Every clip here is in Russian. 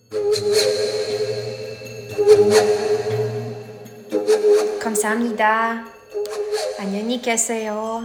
감사합니다. 안녕히 계세요.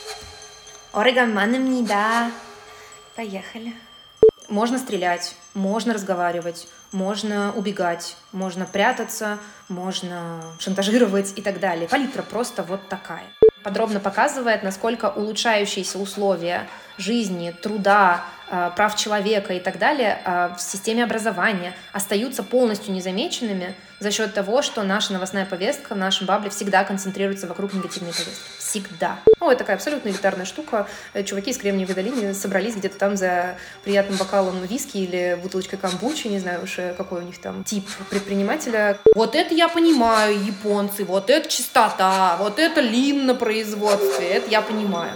오래간만입니다. Поехали. Можно стрелять, можно разговаривать, можно убегать, можно прятаться, можно шантажировать и так далее. Палитра просто вот такая. Подробно показывает, насколько улучшающиеся условия жизни, труда, прав человека и так далее в системе образования остаются полностью незамеченными за счет того, что наша новостная повестка в нашем бабле всегда концентрируется вокруг негативной повестки. Всегда. Ну, это такая абсолютно элитарная штука. Чуваки из Кремниевой долины собрались где-то там за приятным бокалом виски или бутылочкой камбучи, не знаю уж, какой у них там тип предпринимателя. Вот это я понимаю, японцы, вот это чистота, вот это лин на производстве, это я понимаю.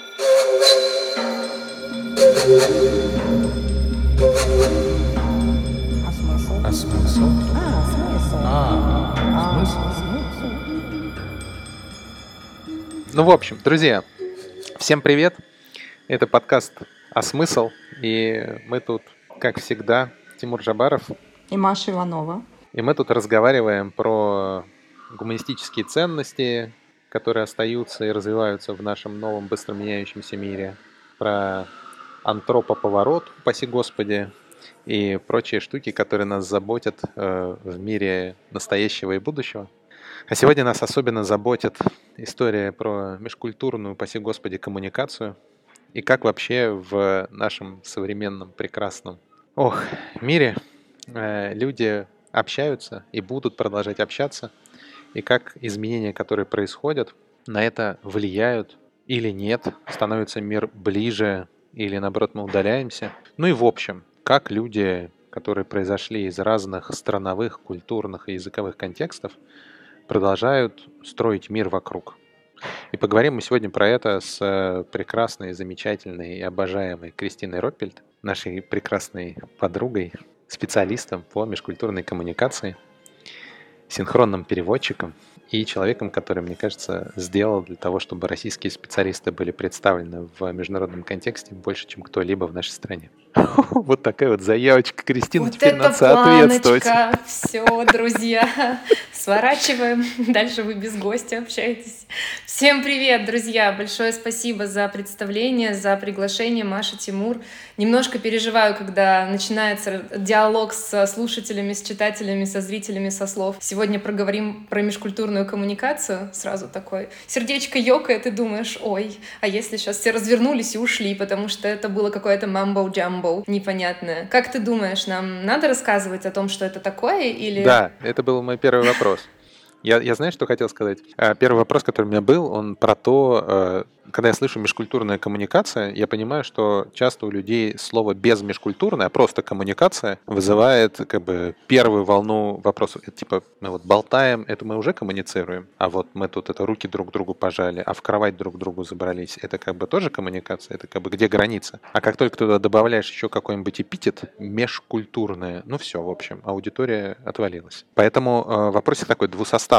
А смысл? А смысл? Смысл. Ну, в общем, друзья, всем привет. Это подкаст «А смысл?» И мы тут, как всегда, Тимур Жабаров. И Маша Иванова. И мы тут разговариваем про гуманистические ценности, которые остаются и развиваются в нашем новом быстро меняющемся мире, про антропоповорот, упаси Господи, и прочие штуки, которые нас заботят в мире настоящего и будущего. А сегодня нас особенно заботит история про межкультурную, упаси Господи, коммуникацию и как вообще в нашем современном прекрасном мире люди общаются и будут продолжать общаться, и как изменения, которые происходят, на это влияют или нет, становится мир ближе или наоборот мы удаляемся. Ну и в общем, как люди, которые произошли из разных страновых, культурных и языковых контекстов, продолжают строить мир вокруг. И поговорим мы сегодня про это с прекрасной, замечательной и обожаемой Кристиной Роппельт, нашей прекрасной подругой, специалистом по межкультурной коммуникации, синхронным переводчиком и человеком, который, мне кажется, сделал для того, чтобы российские специалисты были представлены в международном контексте больше, чем кто-либо в нашей стране. Вот такая вот заявочка, Кристина, вот теперь надо соответствовать. Планочка. Все, друзья, сворачиваем. Дальше вы без гостя общаетесь. Всем привет, друзья. Большое спасибо за представление, за приглашение, Маша, Тимур. Немножко переживаю, когда начинается диалог с слушателями, с читателями, со зрителями, со слов. Сегодня проговорим про межкультурную коммуникацию. Сразу такой сердечко ёкает, и думаешь, ой, а если сейчас все развернулись и ушли, потому что это было какое-то мамбо-джамбо непонятное. Как ты думаешь, нам надо рассказывать о том, что это такое, или... Да, это был мой первый вопрос. Я знаешь, что хотел сказать? Первый вопрос, который у меня был, он про то, когда я слышу межкультурная коммуникация, я понимаю, что часто у людей слово безмежкультурная, а просто коммуникация вызывает как бы первую волну вопросов. Это типа мы вот болтаем, это мы уже коммуницируем, а вот мы тут это руки друг другу пожали, а в кровать друг другу забрались. Это как бы тоже коммуникация, это как бы где граница. А как только туда добавляешь еще какой-нибудь эпитет, межкультурная, ну все, в общем, аудитория отвалилась. Поэтому вопросик такой двусоставный.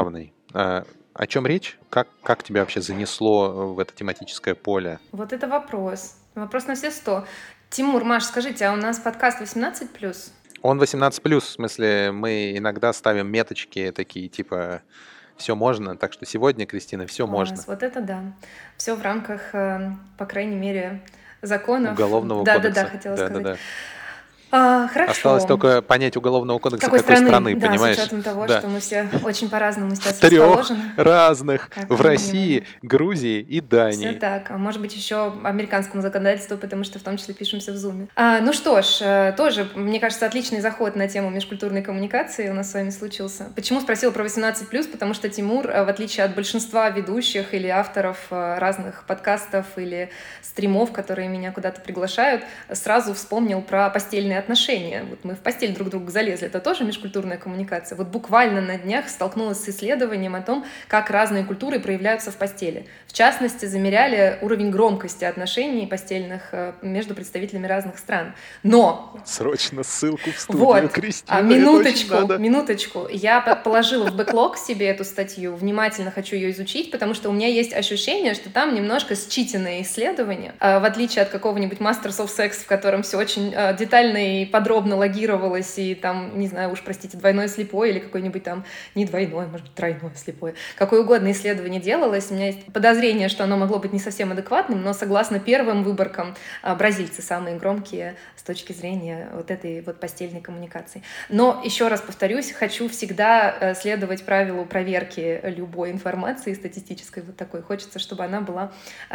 О чем речь? Как тебя вообще занесло в это тематическое поле? Вот это вопрос. Вопрос на все 100. Тимур, Маш, скажите, а у нас подкаст 18+? Он 18+, в смысле мы иногда ставим меточки такие, типа все можно, так что сегодня, Кристина, все можно. Вот это да. Все в рамках, по крайней мере, законов. Уголовного кодекса. Да, хотела сказать. Да. Хорошо. Осталось только понять уголовного кодекса какой страны, да, понимаешь? с учетом того, что мы все очень по-разному сейчас Трех расположены. разных Как в России, Грузии и Дании. Все так. А может быть, еще американскому законодательству, потому что в том числе пишемся в Zoom. Ну что ж, тоже, мне кажется, отличный заход на тему межкультурной коммуникации у нас с вами случился. Почему спросила про 18+? Потому что Тимур, в отличие от большинства ведущих или авторов разных подкастов или стримов, которые меня куда-то приглашают, сразу вспомнил про постельные отношения. Вот мы в постель друг к другу залезли. Это тоже межкультурная коммуникация. Вот буквально на днях столкнулась с исследованием о том, как разные культуры проявляются в постели. В частности, замеряли уровень громкости отношений постельных между представителями разных стран. Но... Срочно ссылку в студию, Кристина. Минуточку. Я положила в бэклог себе эту статью, внимательно хочу ее изучить, потому что у меня есть ощущение, что там немножко считанное исследование, в отличие от какого-нибудь Masters of Sex, в котором все очень детально и подробно логировалось, и там, не знаю, уж, простите, двойное слепое или какой-нибудь там, не двойное, может быть, тройное слепое, какое угодно исследование делалось, у меня есть подозрение, что оно могло быть не совсем адекватным, но согласно первым выборкам, бразильцы самые громкие с точки зрения вот этой вот постельной коммуникации. Но, еще раз повторюсь, хочу всегда следовать правилу проверки любой информации статистической вот такой. Хочется, чтобы она была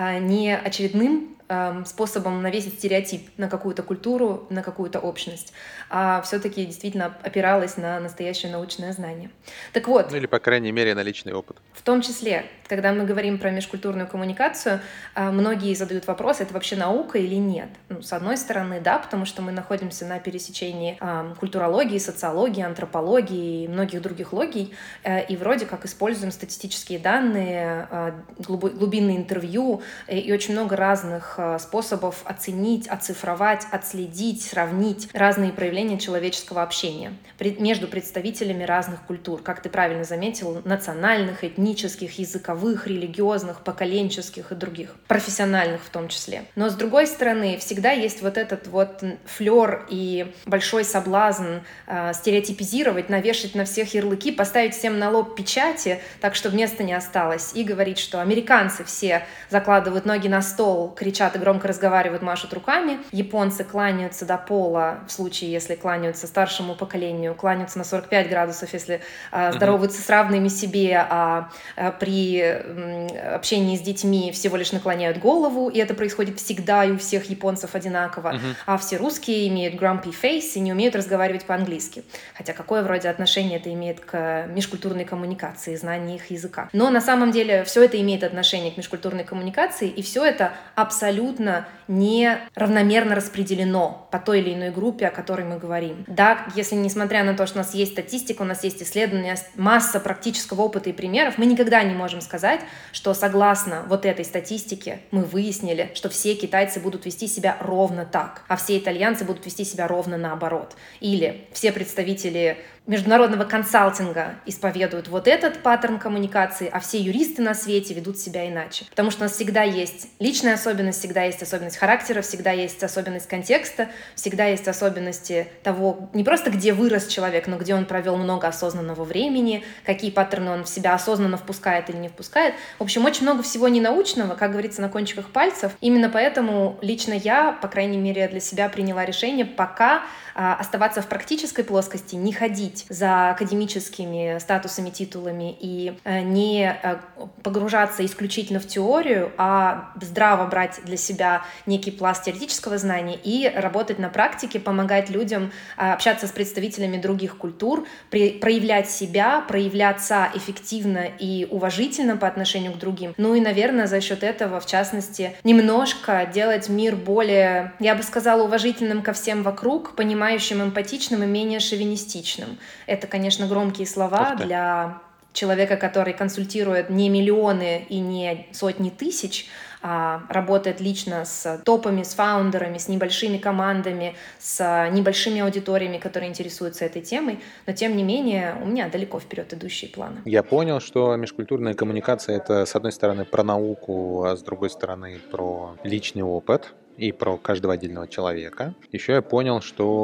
не очередным способом навесить стереотип на какую-то культуру, на какую-то общность, а все-таки действительно опиралась на настоящее научное знание. Так вот. Ну или, по крайней мере, на личный опыт. В том числе, когда мы говорим про межкультурную коммуникацию, многие задают вопрос, это вообще наука или нет? Ну, с одной стороны, да, потому что мы находимся на пересечении культурологии, социологии, антропологии и многих других логий, и вроде как используем статистические данные, глубинные интервью и очень много разных способов оценить, оцифровать, отследить, сравнить разные проявления человеческого общения между представителями разных культур, как ты правильно заметил, национальных, этнических, языковых, религиозных, поколенческих и других, профессиональных в том числе. Но с другой стороны, всегда есть вот этот вот флер и большой соблазн стереотипизировать, навешать на всех ярлыки, поставить всем на лоб печати, так, чтобы места не осталось, и говорить, что американцы все закладывают ноги на стол, кричат и громко разговаривают, машут руками, японцы кланяются до пола, в случае, если кланяются старшему поколению, кланяются на 45 градусов, если здороваются с равными себе, а при общении с детьми всего лишь наклоняют голову, и это происходит всегда и у всех японцев одинаково, а все русские имеют grumpy face и не умеют разговаривать по-английски. Хотя какое вроде отношение это имеет к межкультурной коммуникации, знанию их языка. Но на самом деле все это имеет отношение к межкультурной коммуникации, и все это абсолютно не равномерно распределено по той или иной группе, о которой мы говорим. Да, если несмотря на то, что у нас есть статистика, у нас есть исследования, масса практического опыта и примеров, мы никогда не можем сказать, что согласно вот этой статистике мы выяснили, что все китайцы будут вести себя ровно так, а все итальянцы будут вести себя ровно наоборот. Или все представители международного консалтинга исповедуют вот этот паттерн коммуникации, а все юристы на свете ведут себя иначе. Потому что у нас всегда есть личная особенность, всегда есть особенность характера, всегда есть особенность контекста, всегда есть особенности того, не просто где вырос человек, но где он провел много осознанного времени, какие паттерны он в себя осознанно впускает или не впускает. В общем, очень много всего ненаучного, как говорится, на кончиках пальцев. Именно поэтому лично я, по крайней мере, для себя приняла решение пока оставаться в практической плоскости, не ходить за академическими статусами, титулами и не погружаться исключительно в теорию, а здраво брать для себя некий пласт теоретического знания и работать на практике, помогать людям общаться с представителями других культур, проявлять себя, проявляться эффективно и уважительно по отношению к другим. Ну и, наверное, за счет этого, в частности, немножко делать мир более, я бы сказала, уважительным ко всем вокруг, понимающим, эмпатичным и менее шовинистичным. Это, конечно, громкие слова для человека, который консультирует не миллионы и не сотни тысяч, а работает лично с топами, с фаундерами, с небольшими командами, с небольшими аудиториями, которые интересуются этой темой. Но, тем не менее, у меня далеко вперед идущие планы. Я понял, что межкультурная коммуникация — это, с одной стороны, про науку, а с другой стороны, про личный опыт и про каждого отдельного человека. Еще я понял,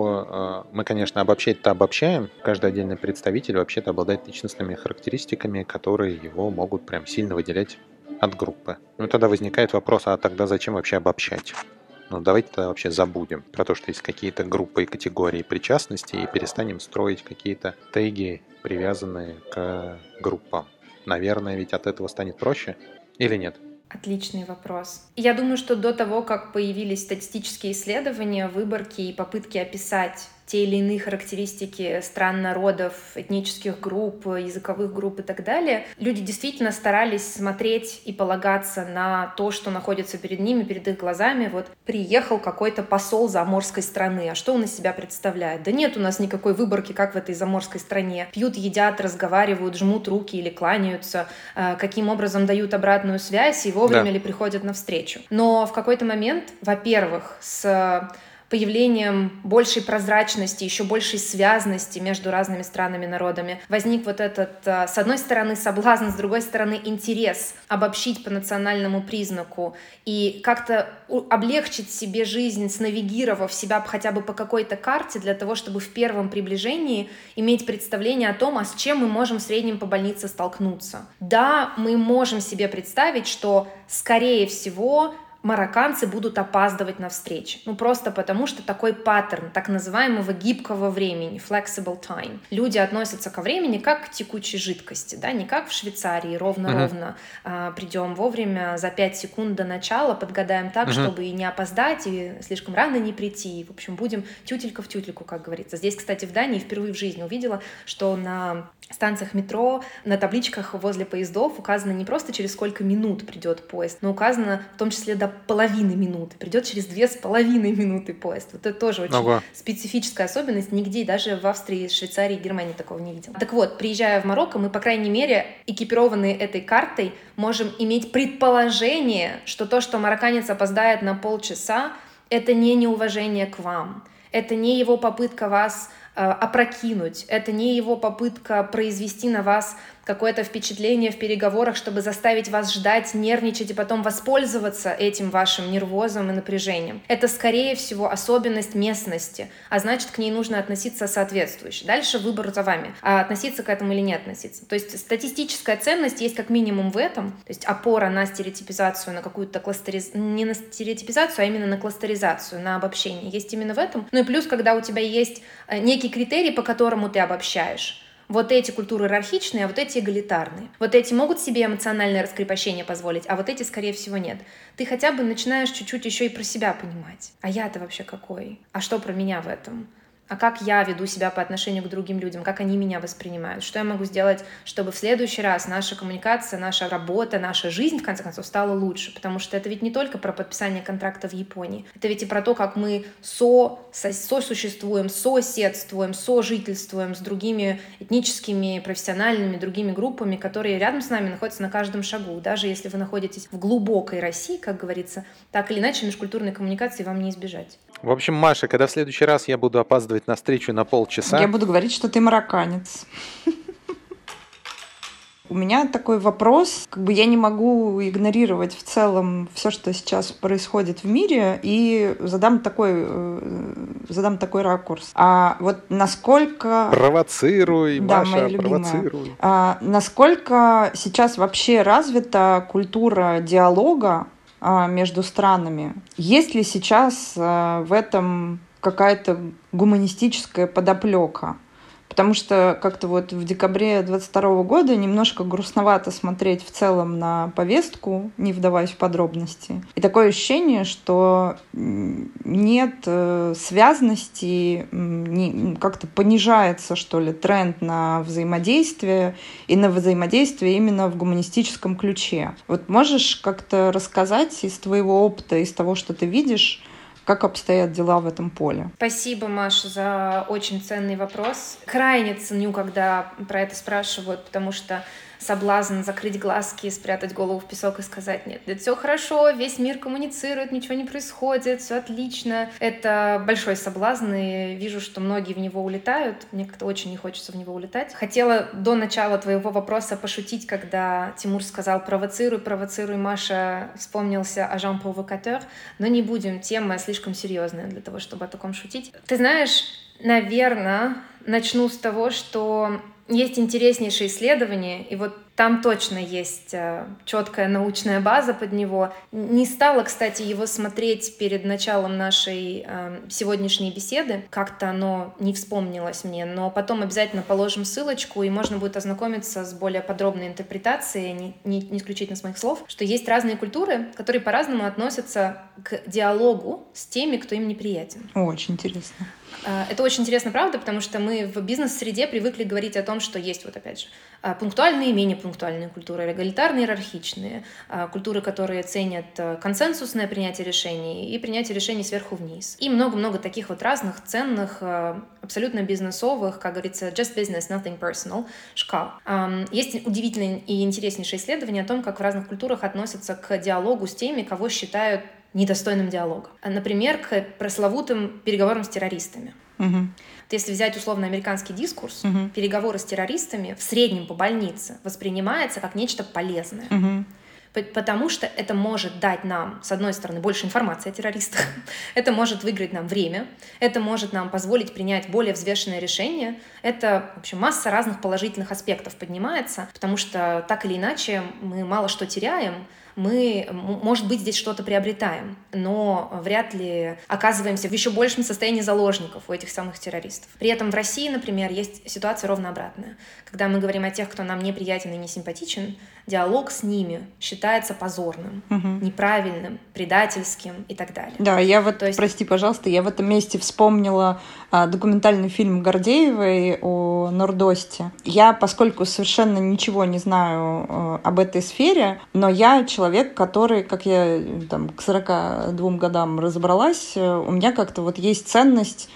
что мы, конечно, обобщать-то обобщаем. Каждый отдельный представитель вообще-то обладает личностными характеристиками, которые его могут прям сильно выделять от группы. Ну, тогда возникает вопрос, а тогда зачем вообще обобщать? Ну, давайте тогда вообще забудем про то, что есть какие-то группы и категории причастности, и перестанем строить какие-то теги, привязанные к группам. Наверное, ведь от этого станет проще или нет? Отличный вопрос. Я думаю, что до того, как появились статистические исследования, выборки и попытки описать те или иные характеристики стран, народов, этнических групп, языковых групп и так далее, люди действительно старались смотреть и полагаться на то, что находится перед ними, перед их глазами. Вот приехал какой-то посол заморской страны, а что он из себя представляет? Да нет у нас никакой выборки, как в этой заморской стране. Пьют, едят, разговаривают, жмут руки или кланяются, каким образом дают обратную связь и вовремя ли приходят навстречу. Но в какой-то момент, во-первых, с появлением большей прозрачности, еще большей связности между разными странами, народами, возник вот этот, с одной стороны, соблазн, с другой стороны, интерес обобщить по национальному признаку и как-то облегчить себе жизнь, снавигировав себя хотя бы по какой-то карте для того, чтобы в первом приближении иметь представление о том, а с чем мы можем в среднем по больнице столкнуться. Да, мы можем себе представить, что, скорее всего, марокканцы будут опаздывать на встречи. Просто потому, что такой паттерн так называемого гибкого времени, flexible time. Люди относятся ко времени как к текучей жидкости, да, не как в Швейцарии, ровно-ровно придем вовремя за 5 секунд до начала, подгадаем так, чтобы и не опоздать, и слишком рано не прийти. В общем, будем тютелька в тютельку, как говорится. Здесь, кстати, в Дании впервые в жизни увидела, что на станциях метро, на табличках возле поездов указано не просто через сколько минут придет поезд, но указано в том числе до половины минуты. Придет через 2,5 минуты поезд. Вот это тоже очень специфическая особенность. Нигде, даже в Австрии, Швейцарии, Германии такого не видела. Так вот, приезжая в Марокко, мы, по крайней мере, экипированные этой картой, можем иметь предположение, что то, что марокканец опоздает на полчаса, это не неуважение к вам. Это не его попытка вас опрокинуть, это не его попытка произвести на вас какое-то впечатление в переговорах, чтобы заставить вас ждать, нервничать и потом воспользоваться этим вашим нервозом и напряжением. Это, скорее всего, особенность местности, а значит, к ней нужно относиться соответствующе. Дальше выбор за вами, относиться к этому или не относиться. То есть статистическая ценность есть как минимум в этом, то есть опора на стереотипизацию, на какую-то не на стереотипизацию, а именно на кластеризацию, на обобщение. Есть именно в этом. Ну и плюс, когда у тебя есть некий критерий, по которому ты обобщаешь. Вот эти культуры иерархичные, а вот эти эгалитарные. Вот эти могут себе эмоциональное раскрепощение позволить, а вот эти, скорее всего, нет. Ты хотя бы начинаешь чуть-чуть еще и про себя понимать. А я-то вообще какой? А что про меня в этом? А как я веду себя по отношению к другим людям, как они меня воспринимают, что я могу сделать, чтобы в следующий раз наша коммуникация, наша работа, наша жизнь, в конце концов, стала лучше, потому что это ведь не только про подписание контракта в Японии, это ведь и про то, как мы сосуществуем, соседствуем, сожительствуем с другими этническими, профессиональными, другими группами, которые рядом с нами находятся на каждом шагу, даже если вы находитесь в глубокой России, как говорится, так или иначе межкультурной коммуникации вам не избежать. В общем, Маша, когда в следующий раз я буду опаздывать на встречу на полчаса... Я буду говорить, что ты марокканец. У меня такой вопрос, я не могу игнорировать в целом все, что сейчас происходит в мире, и задам такой ракурс. А вот насколько... Провоцируй, да, Маша, моя любимая. провоцируй. Насколько сейчас вообще развита культура диалога между странами? Есть ли сейчас в этом какая-то гуманистическая подоплека? Потому что как-то вот в декабре 2022 года немножко грустновато смотреть в целом на повестку, не вдаваясь в подробности. И такое ощущение, что нет связности, как-то понижается, что ли, тренд на взаимодействие, и на взаимодействие именно в гуманистическом ключе. Вот можешь как-то рассказать из твоего опыта, из того, что ты видишь, как обстоят дела в этом поле? Спасибо, Маша, за очень ценный вопрос. Крайне ценю, когда про это спрашивают, потому что соблазн закрыть глазки, спрятать голову в песок и сказать: нет, это все хорошо, весь мир коммуницирует, ничего не происходит, все отлично. Это большой соблазн, и вижу, что многие в него улетают. Мне как-то очень не хочется в него улетать. Хотела до начала твоего вопроса пошутить, когда Тимур сказал: провоцируй, провоцируй, Маша, вспомнился Agent Provocateur, но не будем, тема слишком серьезная для того, чтобы о таком шутить. Ты знаешь, наверное, начну с того, что есть интереснейшие исследования, и вот там точно есть четкая научная база под него. Не стала, кстати, его смотреть перед началом нашей сегодняшней беседы. Как-то оно не вспомнилось мне, но потом обязательно положим ссылочку, и можно будет ознакомиться с более подробной интерпретацией, не исключительно с моих слов, что есть разные культуры, которые по-разному относятся к диалогу с теми, кто им неприятен. Очень интересно. Это очень интересно, правда, потому что мы в бизнес-среде привыкли говорить о том, что есть, вот опять же, пунктуальные и менее пунктуальные культуры, эгалитарные, иерархичные, культуры, которые ценят консенсусное принятие решений и принятие решений сверху вниз. И много-много таких вот разных, ценных, абсолютно бизнесовых, как говорится, just business, nothing personal, шкал. Есть удивительное и интереснейшее исследование о том, как в разных культурах относятся к диалогу с теми, кого считают недостойным диалога. Например, к пресловутым переговорам с террористами. Если взять условно американский дискурс, переговоры с террористами в среднем по больнице воспринимается как нечто полезное. Потому что это может дать нам, с одной стороны, больше информации о террористах, это может выиграть нам время, это может нам позволить принять более взвешенное решение. Это, в общем, масса разных положительных аспектов поднимается, потому что так или иначе мы мало что теряем, мы, может быть, здесь что-то приобретаем, но вряд ли оказываемся в еще большем состоянии заложников у этих самых террористов. При этом в России, например, есть ситуация ровно обратная. Когда мы говорим о тех, кто нам неприятен и не симпатичен, диалог с ними считается позорным, неправильным, предательским и так далее. Да, прости, пожалуйста, я в этом месте вспомнила документальный фильм Гордеевой о Нордосте. Я, поскольку совершенно ничего не знаю об этой сфере, но я человек, который, как я к 42 годам разобралась, у меня как-то вот есть ценность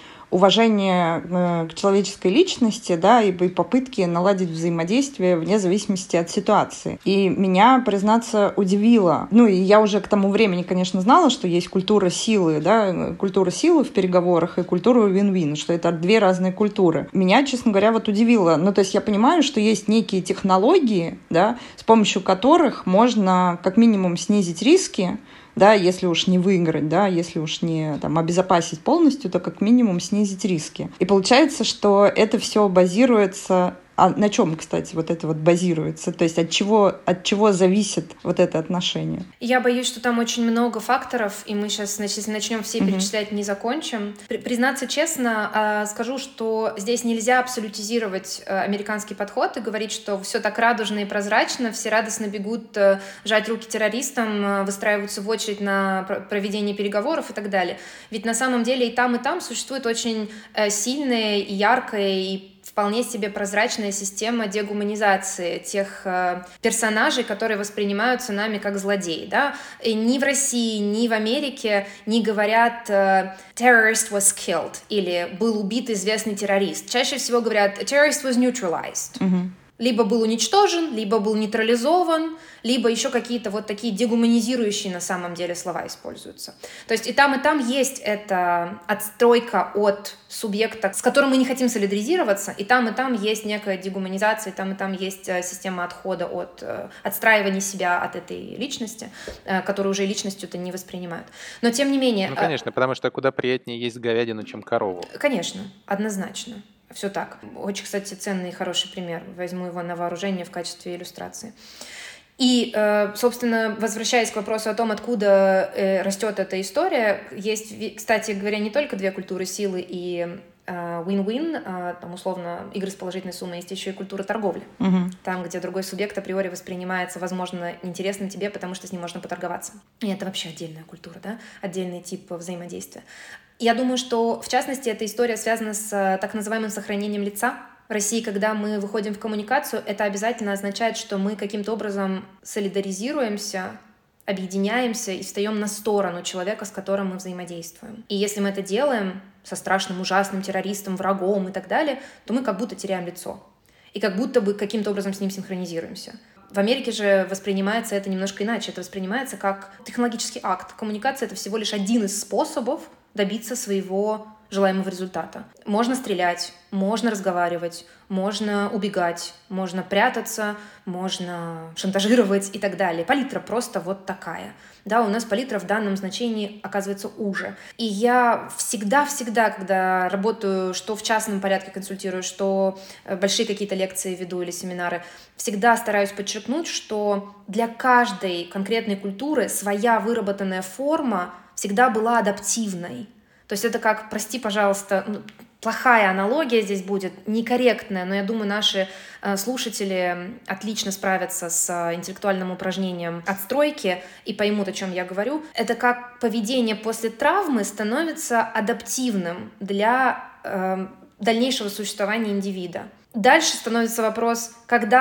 уважение к человеческой личности, да, и попытки наладить взаимодействие вне зависимости от ситуации. И меня, признаться, удивило. И я уже к тому времени, конечно, знала, что есть культура силы, да, культура силы в переговорах и культура вин-вин, что это две разные культуры. Меня, честно говоря, удивило. То есть я понимаю, что есть некие технологии, да, с помощью которых можно как минимум снизить риски, да, если уж не выиграть, да, если уж не обезопасить полностью, то как минимум снизить риски. И получается, что это все базируется... А на чем, кстати, это базируется? То есть от чего зависит это отношение? Я боюсь, что там очень много факторов, и мы сейчас, если начнем все перечислять, не закончим. Признаться честно, скажу, что здесь нельзя абсолютизировать американский подход и говорить, что все так радужно и прозрачно, все радостно бегут жать руки террористам, выстраиваются в очередь на проведение переговоров и так далее. Ведь на самом деле и там существует очень сильная и яркая и вполне себе прозрачная система дегуманизации тех персонажей, которые воспринимаются нами как злодеи. Да? И ни в России, ни в Америке не говорят «terrorist was killed» или «был убит известный террорист». Чаще всего говорят «a terrorist was neutralized». Либо был уничтожен, либо был нейтрализован, либо еще какие-то такие дегуманизирующие на самом деле слова используются. То есть и там есть эта отстройка от субъекта, с которым мы не хотим солидаризироваться, и там есть некая дегуманизация, и там есть система отхода от отстраивания себя от этой личности, которую уже личностью-то не воспринимают. Но тем не менее... конечно, потому что куда приятнее есть говядину, чем корову. Конечно, однозначно. Все так. Очень, кстати, ценный и хороший пример. Возьму его на вооружение в качестве иллюстрации. И, собственно, возвращаясь к вопросу о том, откуда растет эта история, есть, кстати говоря, не только две культуры силы и win-win, там условно игры с положительной суммой, есть еще и культура торговли. Там, где другой субъект априори воспринимается, возможно, интересным тебе, потому что с ним можно поторговаться. И это вообще отдельная культура, да? Отдельный тип взаимодействия. Я думаю, что, в частности, эта история связана с так называемым сохранением лица. В России, когда мы выходим в коммуникацию, это обязательно означает, что мы каким-то образом солидаризируемся, объединяемся и встаем на сторону человека, с которым мы взаимодействуем. И если мы это делаем со страшным, ужасным террористом, врагом и так далее, то мы как будто теряем лицо. И как будто бы каким-то образом с ним синхронизируемся. В Америке же воспринимается это немножко иначе. Это воспринимается как технологический акт. Коммуникация — это всего лишь один из способов добиться своего желаемого результата. Можно стрелять, можно разговаривать, можно убегать, можно прятаться, можно шантажировать и так далее. Палитра просто такая. Да, у нас палитра в данном значении оказывается уже. И я всегда, когда работаю, что в частном порядке консультирую, что большие какие-то лекции веду или семинары, всегда стараюсь подчеркнуть, что для каждой конкретной культуры своя выработанная форма всегда была адаптивной. То есть это как, прости, пожалуйста, плохая аналогия здесь будет, некорректная, но я думаю, наши слушатели отлично справятся с интеллектуальным упражнением отстройки и поймут, о чем я говорю. Это как поведение после травмы становится адаптивным для дальнейшего существования индивида. Дальше становится вопрос, когда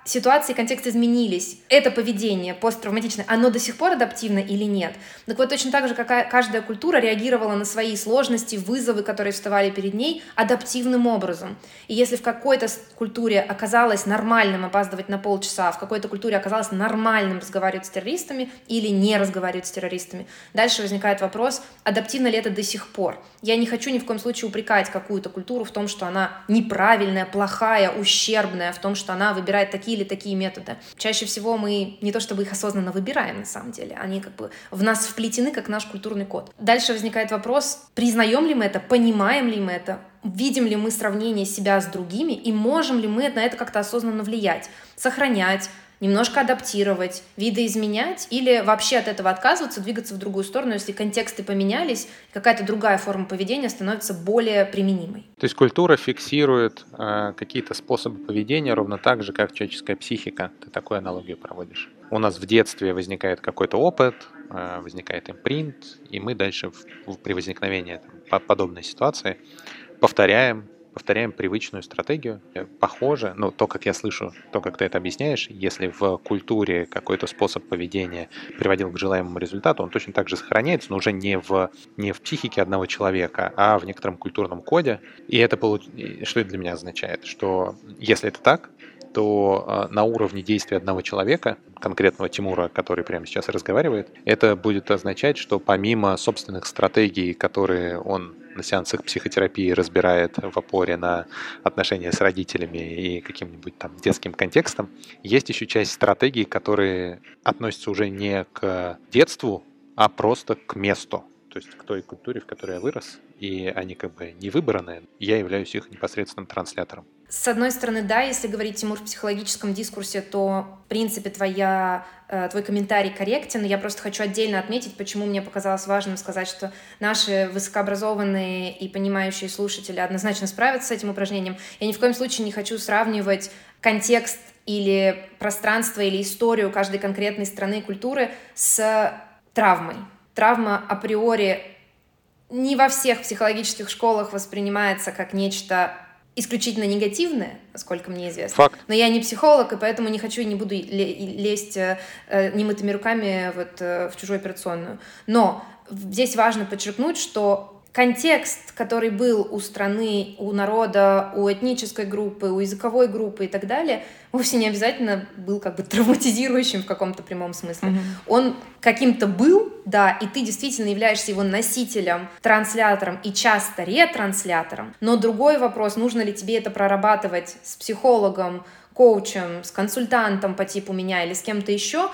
ситуации, контекст изменились. Это поведение посттравматичное, оно до сих пор адаптивно или нет? Так вот, точно так же, как каждая культура реагировала на свои сложности, вызовы, которые вставали перед ней, адаптивным образом. И если в какой-то культуре оказалось нормальным опаздывать на полчаса, а в какой-то культуре оказалось нормальным разговаривать с террористами или не разговаривать с террористами, дальше возникает вопрос, адаптивно ли это до сих пор. Я не хочу ни в коем случае упрекать какую-то культуру в том, что она неправильная, плохая, ущербная, в том, что она выбирает такие или такие методы. Чаще всего мы не то чтобы их осознанно выбираем, на самом деле, они как бы в нас вплетены, как наш культурный код. Дальше возникает вопрос, признаем ли мы это, понимаем ли мы это, видим ли мы сравнение себя с другими и можем ли мы на это как-то осознанно влиять, сохранять, немножко адаптировать, видоизменять или вообще от этого отказываться, двигаться в другую сторону, если контексты поменялись, какая-то другая форма поведения становится более применимой. То есть культура фиксирует какие-то способы поведения ровно так же, как человеческая психика. Ты такую аналогию проводишь. У нас в детстве возникает какой-то опыт, возникает импринт, и мы дальше при возникновении подобной ситуации повторяем привычную стратегию. Похоже, то, как я слышу, то, как ты это объясняешь, если в культуре какой-то способ поведения приводил к желаемому результату, он точно так же сохраняется, но уже не в психике одного человека, а в некотором культурном коде. И это что это для меня означает? Что если это так, то на уровне действия одного человека, конкретного Тимура, который прямо сейчас разговаривает, это будет означать, что помимо собственных стратегий, которые он на сеансах психотерапии разбирает в опоре на отношения с родителями и каким-нибудь там детским контекстом, есть еще часть стратегий, которые относятся уже не к детству, а просто к месту. То есть к той культуре, в которой я вырос, и они как бы не выбраны, я являюсь их непосредственным транслятором. С одной стороны, да, если говорить, Тимур, в психологическом дискурсе, то, в принципе, твой комментарий корректен. Я просто хочу отдельно отметить, почему мне показалось важным сказать, что наши высокообразованные и понимающие слушатели однозначно справятся с этим упражнением. Я ни в коем случае не хочу сравнивать контекст или пространство, или историю каждой конкретной страны и культуры с травмой. Травма априори не во всех психологических школах воспринимается как нечто исключительно негативное, насколько мне известно. Факт. Но я не психолог, и поэтому не хочу и не буду лезть немытыми руками в чужую операционную. Но здесь важно подчеркнуть, что контекст, который был у страны, у народа, у этнической группы, у языковой группы и так далее, вовсе не обязательно был как бы травматизирующим в каком-то прямом смысле. Он каким-то был, да, и ты действительно являешься его носителем, транслятором и часто ретранслятором. Но другой вопрос, нужно ли тебе это прорабатывать с психологом, коучем, с консультантом по типу меня или с кем-то еще,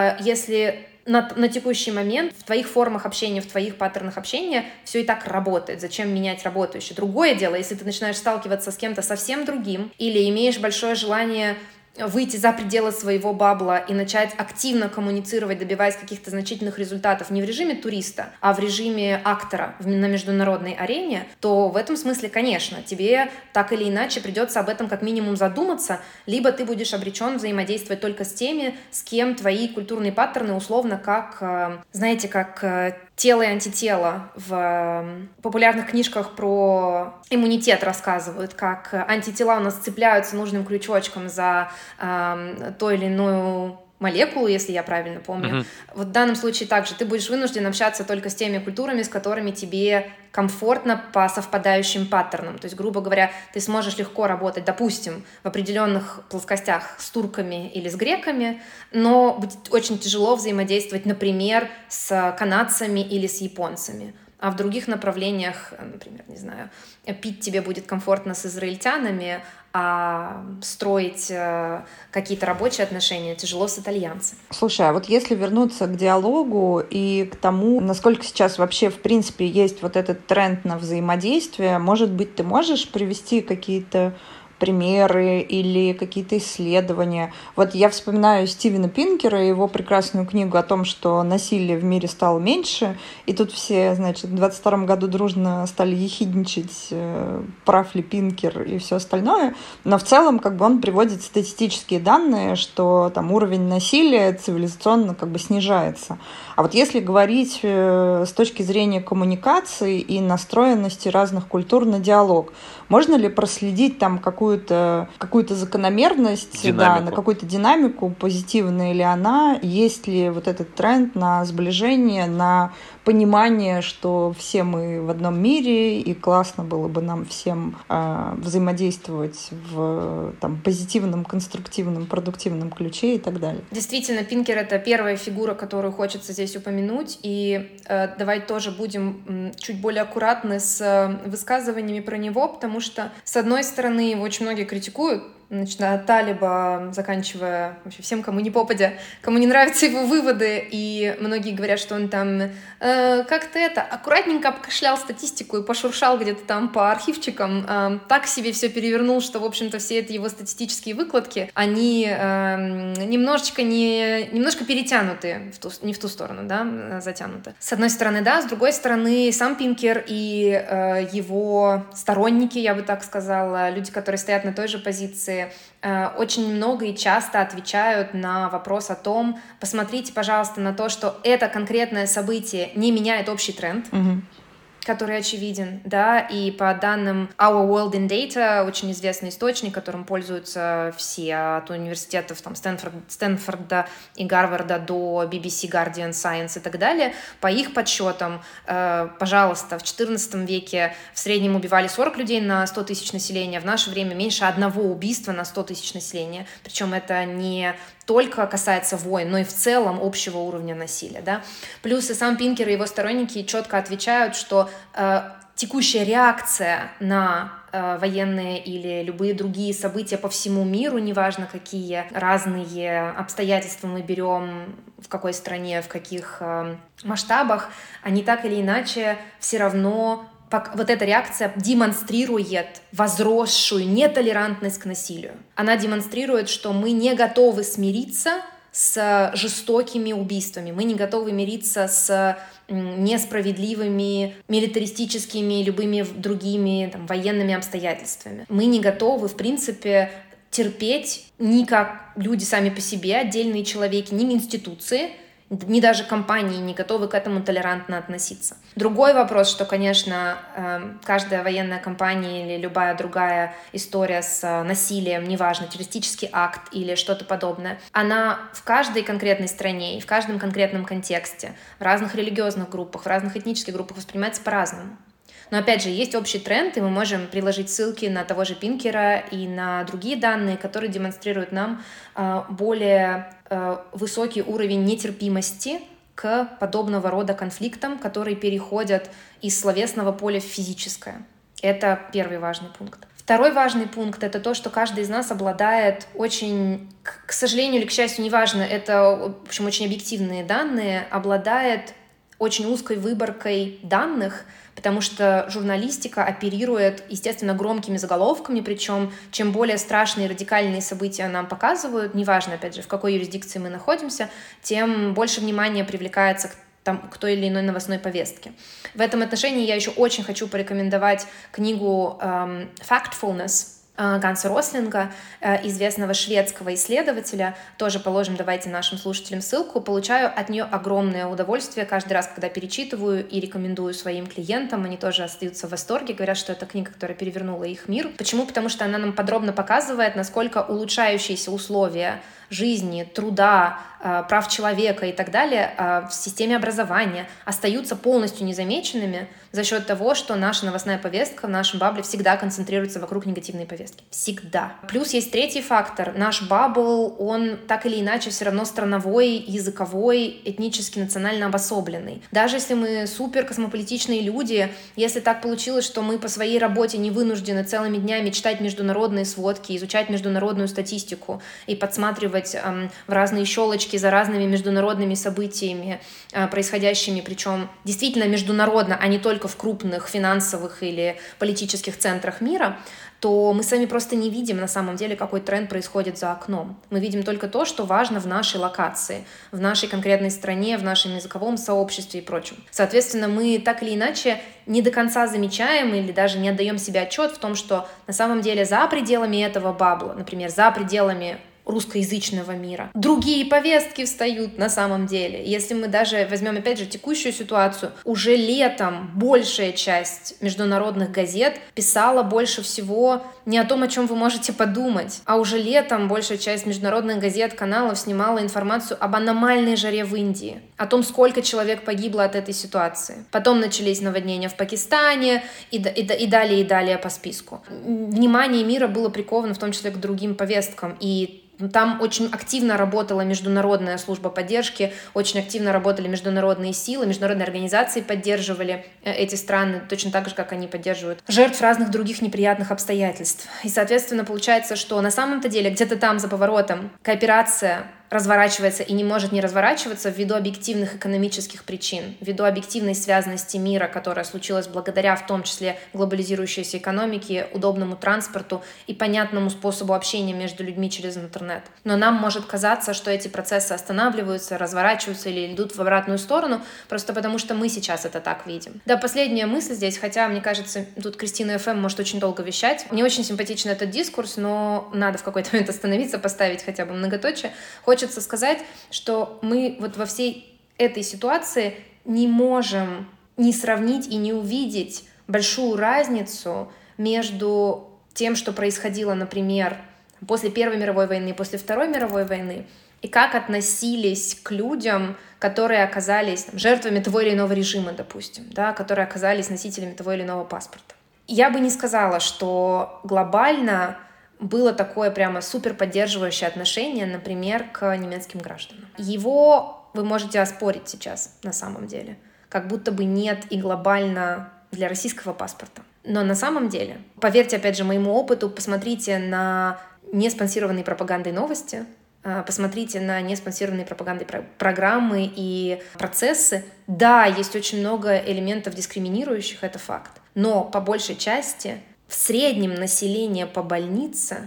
если на текущий момент в твоих формах общения, в твоих паттернах общения все и так работает. Зачем менять работающее? Другое дело, если ты начинаешь сталкиваться с кем-то совсем другим или имеешь большое желание выйти за пределы своего бабла и начать активно коммуницировать, добиваясь каких-то значительных результатов не в режиме туриста, а в режиме актора на международной арене, то в этом смысле, конечно, тебе так или иначе придется об этом как минимум задуматься, либо ты будешь обречен взаимодействовать только с теми, с кем твои культурные паттерны условно как, знаете, как тело и антитело в популярных книжках про иммунитет рассказывают, как антитела у нас цепляются нужным крючочком за ту или иную молекулу, если я правильно помню. Вот в данном случае также ты будешь вынужден общаться только с теми культурами, с которыми тебе комфортно по совпадающим паттернам. То есть, грубо говоря, ты сможешь легко работать, допустим, в определенных плоскостях с турками или с греками, но будет очень тяжело взаимодействовать, например, с канадцами или с японцами. А в других направлениях, например, не знаю, пить тебе будет комфортно с израильтянами, а строить какие-то рабочие отношения тяжело с итальянцами. Слушай, а вот если вернуться к диалогу и к тому, насколько сейчас вообще в принципе есть вот этот тренд на взаимодействие, может быть, ты можешь привести какие-то примеры или какие-то исследования. Вот я вспоминаю Стивена Пинкера и его прекрасную книгу о том, что насилие в мире стало меньше, и тут все, значит, в 22 году дружно стали ехидничать, прав ли Пинкер и все остальное, но в целом как бы он приводит статистические данные, что там уровень насилия цивилизационно как бы снижается. А вот если говорить с точки зрения коммуникации и настроенности разных культур на диалог, можно ли проследить там какую-то какую-то закономерность, да, на какую-то динамику, позитивная ли она, есть ли вот этот тренд на сближение, на понимание, что все мы в одном мире, и классно было бы нам всем взаимодействовать в позитивном, конструктивном, продуктивном ключе и так далее. Действительно, Пинкер — это первая фигура, которую хочется здесь упомянуть, и давай тоже будем чуть более аккуратны с высказываниями про него, потому что, с одной стороны, его очень многие критикуют, начиная от Талиба, заканчивая вообще всем, кому не попадя, кому не нравятся его выводы, и многие говорят, что он там как-то аккуратненько обкашлял статистику и пошуршал где-то там по архивчикам, так себе все перевернул, что, в общем-то, все эти его статистические выкладки, они немножко перетянуты, не в ту сторону, да, затянуты. С одной стороны, да, с другой стороны, сам Пинкер и его сторонники, я бы так сказала, люди, которые стоят на той же позиции, очень много и часто отвечают на вопрос о том, посмотрите, пожалуйста, на то, что это конкретное событие не меняет общий тренд, который очевиден, да, и по данным Our World in Data, очень известный источник, которым пользуются все, от университетов там, Стэнфорда и Гарварда до BBC, Guardian, Science и так далее, по их подсчетам, пожалуйста, в XIV веке в среднем убивали 40 людей на 100 тысяч населения, в наше время меньше одного убийства на 100 тысяч населения, причем это не только касается войн, но и в целом общего уровня насилия, да. Плюс и сам Пинкер и его сторонники четко отвечают, что текущая реакция на военные или любые другие события по всему миру, неважно какие разные обстоятельства мы берем, в какой стране, в каких масштабах, они так или иначе все равно вот эта реакция демонстрирует возросшую нетолерантность к насилию. Она демонстрирует, что мы не готовы смириться с жестокими убийствами, мы не готовы мириться с несправедливыми, милитаристическими и любыми другими военными обстоятельствами. Мы не готовы, в принципе, терпеть ни как люди сами по себе, отдельные человеки, ни институции, ни даже компании не готовы к этому толерантно относиться. Другой вопрос, что, конечно, каждая военная компания или любая другая история с насилием, неважно, террористический акт или что-то подобное, она в каждой конкретной стране и в каждом конкретном контексте, в разных религиозных группах, в разных этнических группах воспринимается по-разному. Но, опять же, есть общий тренд, и мы можем приложить ссылки на того же Пинкера и на другие данные, которые демонстрируют нам более высокий уровень нетерпимости к подобного рода конфликтам, которые переходят из словесного поля в физическое. Это первый важный пункт. Второй важный пункт — это то, что каждый из нас обладает очень, к сожалению или к счастью, неважно, это, в общем, очень объективные данные, обладает очень узкой выборкой данных, потому что журналистика оперирует, естественно, громкими заголовками, причем чем более страшные и радикальные события нам показывают, неважно, опять же, в какой юрисдикции мы находимся, тем больше внимания привлекается к той или иной новостной повестке. В этом отношении я еще очень хочу порекомендовать книгу «Factfulness» Ганса Рослинга, известного шведского исследователя. Тоже положим, давайте, нашим слушателям ссылку. Получаю от нее огромное удовольствие каждый раз, когда перечитываю и рекомендую своим клиентам. Они тоже остаются в восторге, говорят, что это книга, которая перевернула их мир. Почему? Потому что она нам подробно показывает, насколько улучшающиеся условия жизни, труда, прав человека и так далее в системе образования остаются полностью незамеченными за счет того, что наша новостная повестка в нашем бабле всегда концентрируется вокруг негативной повестки. Всегда. Плюс есть третий фактор. Наш бабл, он так или иначе все равно страновой, языковой, этнически, национально обособленный. Даже если мы супер космополитичные люди, если так получилось, что мы по своей работе не вынуждены целыми днями читать международные сводки, изучать международную статистику и подсматривать в разные щелочки за разными международными событиями, происходящими, причем действительно международно, а не только в крупных финансовых или политических центрах мира, то мы сами просто не видим на самом деле, какой тренд происходит за окном. Мы видим только то, что важно в нашей локации, в нашей конкретной стране, в нашем языковом сообществе и прочем. Соответственно, мы так или иначе не до конца замечаем или даже не отдаем себе отчет в том, что на самом деле за пределами этого бабла, например, за пределами русскоязычного мира. Другие повестки встают на самом деле. Если мы даже возьмем, опять же, текущую ситуацию, уже летом большая часть международных газет писала больше всего не о том, о чем вы можете подумать, а уже летом большая часть международных газет, каналов снимала информацию об аномальной жаре в Индии, о том, сколько человек погибло от этой ситуации. Потом начались наводнения в Пакистане и далее по списку. Внимание мира было приковано в том числе к другим повесткам, и там очень активно работала международная служба поддержки, очень активно работали международные силы, международные организации поддерживали эти страны, точно так же, как они поддерживают жертв разных других неприятных обстоятельств. И, соответственно, получается, что на самом-то деле где-то там за поворотом кооперация разворачивается и не может не разворачиваться ввиду объективных экономических причин, ввиду объективной связанности мира, которая случилась благодаря в том числе глобализирующейся экономике, удобному транспорту и понятному способу общения между людьми через интернет. Но нам может казаться, что эти процессы останавливаются, разворачиваются или идут в обратную сторону, просто потому что мы сейчас это так видим. Да, последняя мысль здесь, хотя, мне кажется, тут Кристина ФМ может очень долго вещать. Мне очень симпатичен этот дискурс, но надо в какой-то момент остановиться, поставить хотя бы многоточие. Хочется сказать, что мы вот во всей этой ситуации не можем не сравнить и не увидеть большую разницу между тем, что происходило, например, после Первой мировой войны, после Второй мировой войны, и как относились к людям, которые оказались жертвами того или иного режима, допустим, да, которые оказались носителями того или иного паспорта. Я бы не сказала, что глобально было такое прямо супер поддерживающее отношение, например, к немецким гражданам. Его вы можете оспорить сейчас на самом деле, как будто бы нет и глобально для российского паспорта. Но на самом деле, поверьте, опять же, моему опыту, посмотрите на неспонсированные пропагандой новости, посмотрите на неспонсированные пропагандой программы и процессы. Да, есть очень много элементов дискриминирующих, это факт. Но по большей части в среднем население по больнице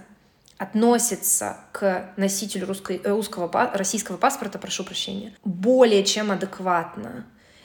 относится к носителю российского паспорта, прошу прощения, более чем адекватно.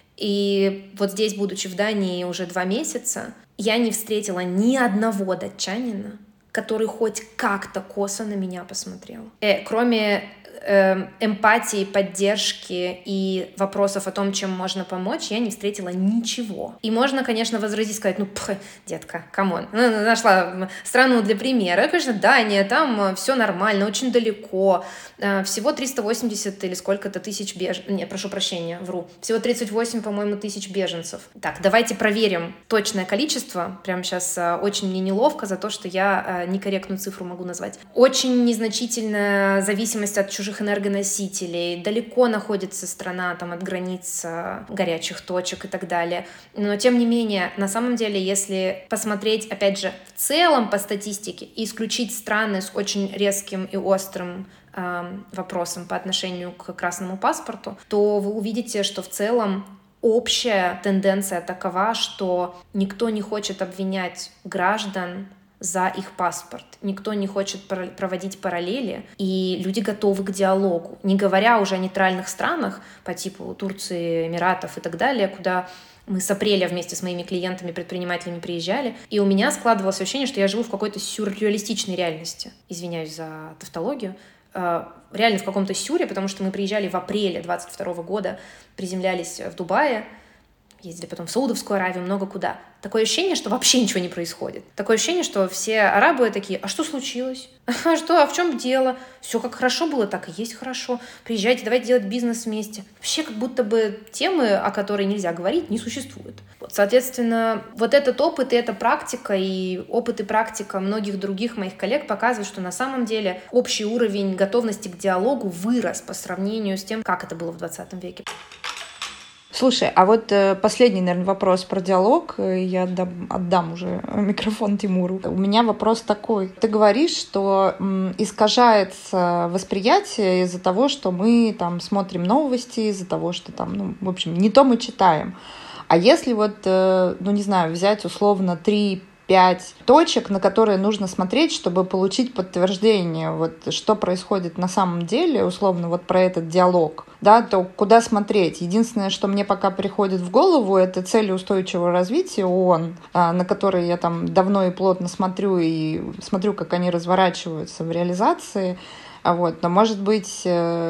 И вот здесь, будучи в Дании уже 2 месяца, я не встретила ни одного датчанина, который хоть как-то косо на меня посмотрел. Кроме эмпатии, поддержки и вопросов о том, чем можно помочь, я не встретила ничего. И можно, конечно, возразить, сказать, детка, камон, нашла страну для примера. Конечно, Дания, там все нормально, очень далеко, всего 380 или сколько-то тысяч беженцев, нет, прошу прощения, вру, всего 38, по-моему, тысяч беженцев. Так, давайте проверим точное количество, прямо сейчас очень мне неловко за то, что я некорректную цифру могу назвать. Очень незначительная зависимость от чужих энергоносителей, далеко находится страна там, от границ горячих точек и так далее. Но, тем не менее, на самом деле, если посмотреть, опять же, в целом по статистике и исключить страны с очень резким и острым вопросом по отношению к красному паспорту, то вы увидите, что в целом общая тенденция такова, что никто не хочет обвинять граждан за их паспорт. Никто не хочет проводить параллели, и люди готовы к диалогу. Не говоря уже о нейтральных странах по типу Турции, Эмиратов и так далее, куда мы с апреля вместе с моими клиентами, предпринимателями приезжали, и у меня складывалось ощущение, что я живу в какой-то сюрреалистичной реальности. Извиняюсь за тавтологию. Реально в каком-то сюре, потому что мы приезжали в апреле 22 года, приземлялись в Дубае, ездили потом в Саудовскую Аравию, много куда. Такое ощущение, что вообще ничего не происходит. Такое ощущение, что все арабы такие, а что случилось? А что, а в чем дело? Все как хорошо было, так и есть хорошо. Приезжайте, давайте делать бизнес вместе. Вообще как будто бы темы, о которой нельзя говорить, не существует. Вот, соответственно, вот этот опыт и эта практика, и опыт и практика многих других моих коллег показывают, что на самом деле общий уровень готовности к диалогу вырос по сравнению с тем, как это было в 20 веке. Слушай, а вот последний, наверное, вопрос про диалог. Я отдам уже микрофон Тимуру. У меня вопрос такой. Ты говоришь, что искажается восприятие из-за того, что мы там смотрим новости, из-за того, что там, в общем, не то мы читаем. А если вот, не знаю, взять условно 3 5 точек, на которые нужно смотреть, чтобы получить подтверждение, вот что происходит на самом деле, условно, вот про этот диалог, да, то куда смотреть? Единственное, что мне пока приходит в голову, это цели устойчивого развития ООН, на которые я там давно и плотно смотрю, и смотрю, как они разворачиваются в реализации, вот, но, может быть,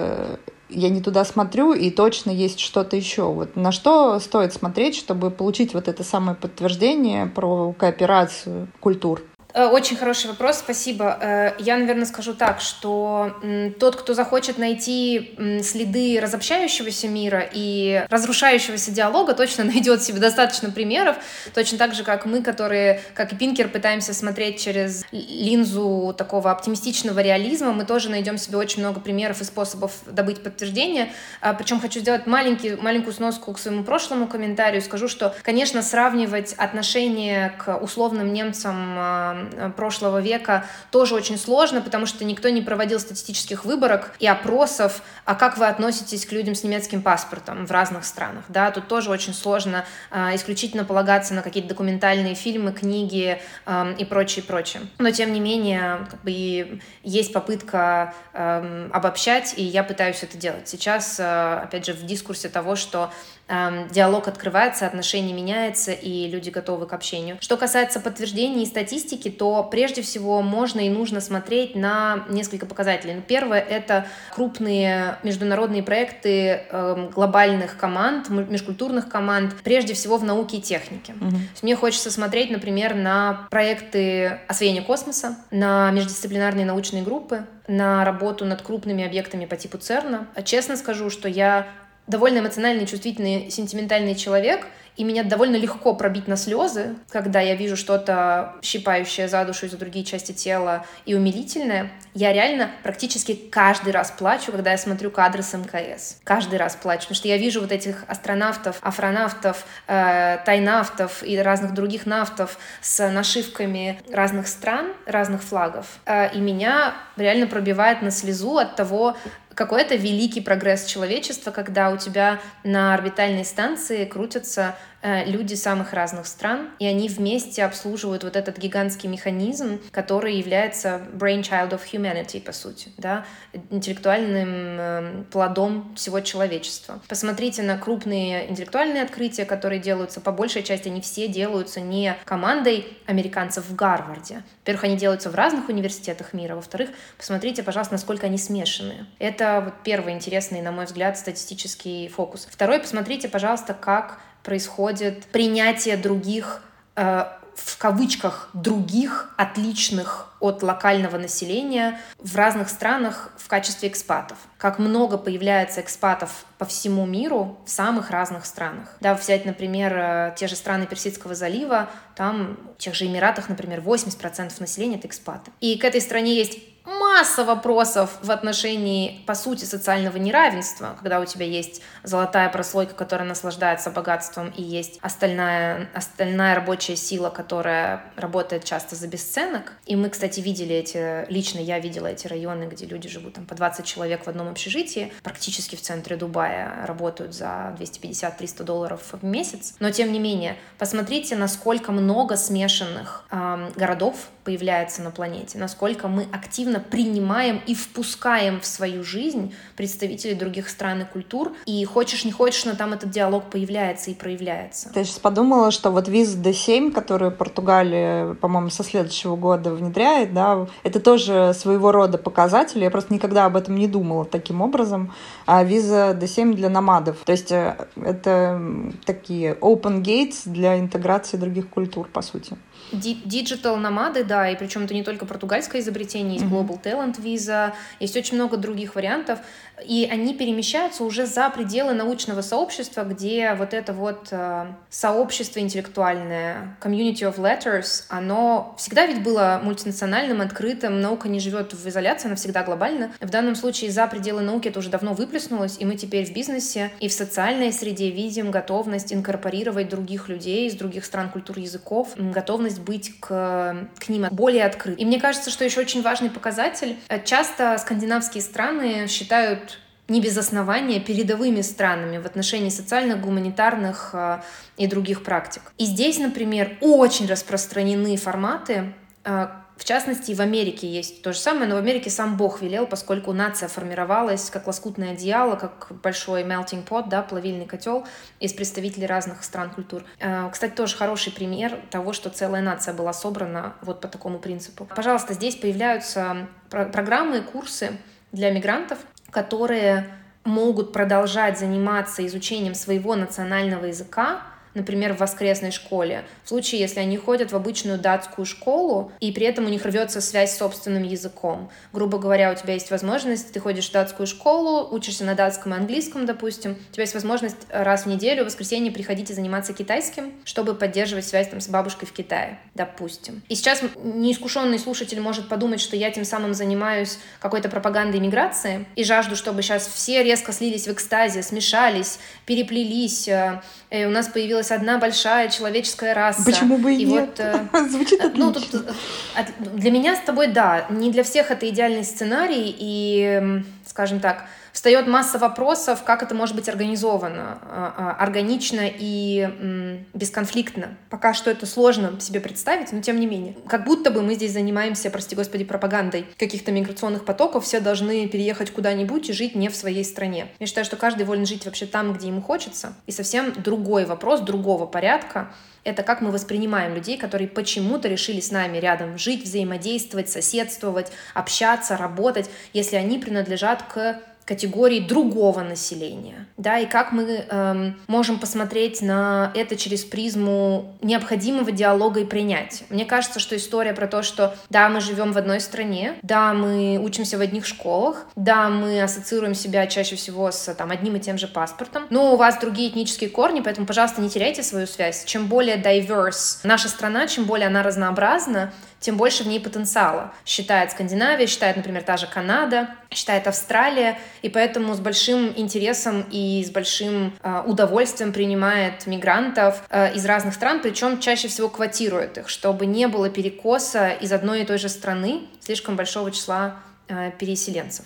я не туда смотрю, и точно есть что-то еще. Вот на что стоит смотреть, чтобы получить вот это самое подтверждение про кооперацию культур? Очень хороший вопрос, спасибо. Я, наверное, скажу так, что тот, кто захочет найти следы разобщающегося мира и разрушающегося диалога, точно найдет себе достаточно примеров, точно так же, как мы, которые, как и Пинкер, пытаемся смотреть через линзу такого оптимистичного реализма, мы тоже найдем себе очень много примеров и способов добыть подтверждение. Причем хочу сделать маленькую сноску к своему прошлому комментарию. Скажу, что, конечно, сравнивать отношение к условным немцам прошлого века тоже очень сложно, потому что никто не проводил статистических выборок и опросов, а как вы относитесь к людям с немецким паспортом в разных странах, да, тут тоже очень сложно исключительно полагаться на какие-то документальные фильмы, книги и прочее, прочее. Но, тем не менее, как бы и есть попытка обобщать, и я пытаюсь это делать. Сейчас, опять же, в дискурсе того, что диалог открывается, отношение меняется, и люди готовы к общению. Что касается подтверждений и статистики, то прежде всего можно и нужно смотреть на несколько показателей. Первое — это крупные международные проекты глобальных команд, межкультурных команд, прежде всего в науке и технике. То есть мне хочется смотреть, например, на проекты освоения космоса, на междисциплинарные научные группы, на работу над крупными объектами по типу ЦЕРНа. Честно скажу, что я довольно эмоциональный, чувствительный, сентиментальный человек, и меня довольно легко пробить на слезы, когда я вижу что-то щипающее за душу и за другие части тела и умилительное. Я реально практически каждый раз плачу, когда я смотрю кадры с МКС. Каждый раз плачу, потому что я вижу вот этих астронавтов, афронавтов, тайнавтов и разных других навтов с нашивками разных стран, разных флагов. И меня реально пробивает на слезу от того, какой это великий прогресс человечества, когда у тебя на орбитальной станции крутятся люди самых разных стран, и они вместе обслуживают вот этот гигантский механизм, который является brainchild of humanity, по сути, да, интеллектуальным плодом всего человечества. Посмотрите на крупные интеллектуальные открытия, которые делаются, по большей части они все делаются не командой американцев в Гарварде. Во-первых, они делаются в разных университетах мира, во-вторых, посмотрите, пожалуйста, насколько они смешанные. Это вот первый интересный, на мой взгляд, статистический фокус. Второй, посмотрите, пожалуйста, как происходит принятие других, в кавычках, других, отличных от локального населения в разных странах в качестве экспатов. Как много появляется экспатов по всему миру в самых разных странах. Да, взять, например, те же страны Персидского залива, там в тех же Эмиратах, например, 80% населения — это экспаты. И к этой стране есть масса вопросов в отношении, по сути, социального неравенства, когда у тебя есть золотая прослойка, которая наслаждается богатством, и есть остальная рабочая сила, которая работает часто за бесценок. И мы, кстати, лично я видела эти районы, где люди живут там по 20 человек в одном общежитии, практически в центре Дубая, работают за $250-300 в месяц. Но, тем не менее, посмотрите, насколько много смешанных городов появляется на планете, насколько мы активно принимаем и впускаем в свою жизнь представителей других стран и культур, и хочешь не хочешь, но там этот диалог появляется и проявляется. Я сейчас подумала, что вот виза D7, которую Португалия, по-моему, со следующего года внедряет, да, это тоже своего рода показатель. Я просто никогда об этом не думала таким образом. А виза D7 для номадов. То есть это такие open gates для интеграции других культур, по сути. Диджитал-номады, да, и причем это не только португальское изобретение, есть Global Talent Visa, есть очень много других вариантов, и они перемещаются уже за пределы научного сообщества, где вот это вот сообщество интеллектуальное, community of letters, оно всегда ведь было мультинациональным, открытым, наука не живет в изоляции, она всегда глобальна. В данном случае за пределы науки это уже давно выплеснулось, и мы теперь в бизнесе и в социальной среде видим готовность инкорпорировать других людей из других стран, культур, языков, готовность быть к ним более открыт. И мне кажется, что еще очень важный показатель. Часто скандинавские страны считают не без основания передовыми странами в отношении социальных, гуманитарных и других практик. И здесь, например, очень распространены форматы, в частности, в Америке есть то же самое, но в Америке сам Бог велел, поскольку нация формировалась как лоскутное одеяло, как большой melting pot, да, плавильный котел из представителей разных стран, культур. Кстати, тоже хороший пример того, что целая нация была собрана вот по такому принципу. Пожалуйста, здесь появляются программы и курсы для мигрантов, которые могут продолжать заниматься изучением своего национального языка, например, в воскресной школе, в случае, если они ходят в обычную датскую школу, и при этом у них рвется связь с собственным языком. Грубо говоря, у тебя есть возможность, ты ходишь в датскую школу, учишься на датском и английском, допустим, у тебя есть возможность раз в неделю, в воскресенье приходить и заниматься китайским, чтобы поддерживать связь там с бабушкой в Китае, допустим. И сейчас неискушенный слушатель может подумать, что я тем самым занимаюсь какой-то пропагандой миграции и жажду, чтобы сейчас все резко слились в экстазе, смешались, переплелись, и у нас появилась одна большая человеческая раса. Почему бы и нет? Вот, звучит отлично. Ну, тут, для меня с тобой, да, не для всех это идеальный сценарий, и, скажем так, встает масса вопросов, как это может быть организовано, органично и бесконфликтно. Пока что это сложно себе представить, но тем не менее. Как будто бы мы здесь занимаемся, прости господи, пропагандой каких-то миграционных потоков, все должны переехать куда-нибудь и жить не в своей стране. Я считаю, что каждый волен жить вообще там, где ему хочется. И совсем другой вопрос, другого порядка, это как мы воспринимаем людей, которые почему-то решили с нами рядом жить, взаимодействовать, соседствовать, общаться, работать, если они принадлежат к категории другого населения, да, и как мы можем посмотреть на это через призму необходимого диалога и принятия. Мне кажется, что история про то, что да, мы живем в одной стране, да, мы учимся в одних школах, да, мы ассоциируем себя чаще всего с там, одним и тем же паспортом, но у вас другие этнические корни, поэтому, пожалуйста, не теряйте свою связь. Чем более diverse наша страна, чем более она разнообразна, тем больше в ней потенциала. Считает Скандинавия, считает, например, та же Канада, считает Австралия, и поэтому с большим интересом и с большим удовольствием принимает мигрантов из разных стран, причем чаще всего квотирует их, чтобы не было перекоса из одной и той же страны слишком большого числа переселенцев.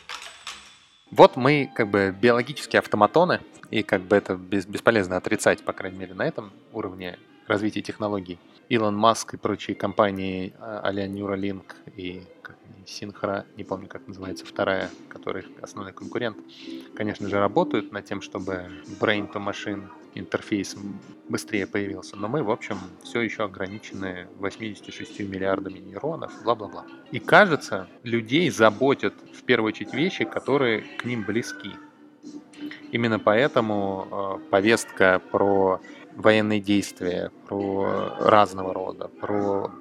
Вот мы как бы биологические автоматоны, и как бы это бесполезно отрицать, по крайней мере, на этом уровне развития технологий. Илон Маск и прочие компании а-ля Neuralink и Synchro, не помню, как называется вторая, которая основной конкурент, конечно же, работают над тем, чтобы brain-to-machine интерфейс быстрее появился. Но мы, в общем, все еще ограничены 86 миллиардами нейронов, бла-бла-бла. И кажется, людей заботят в первую очередь вещи, которые к ним близки. Именно поэтому повестка про военные действия, про разного рода, про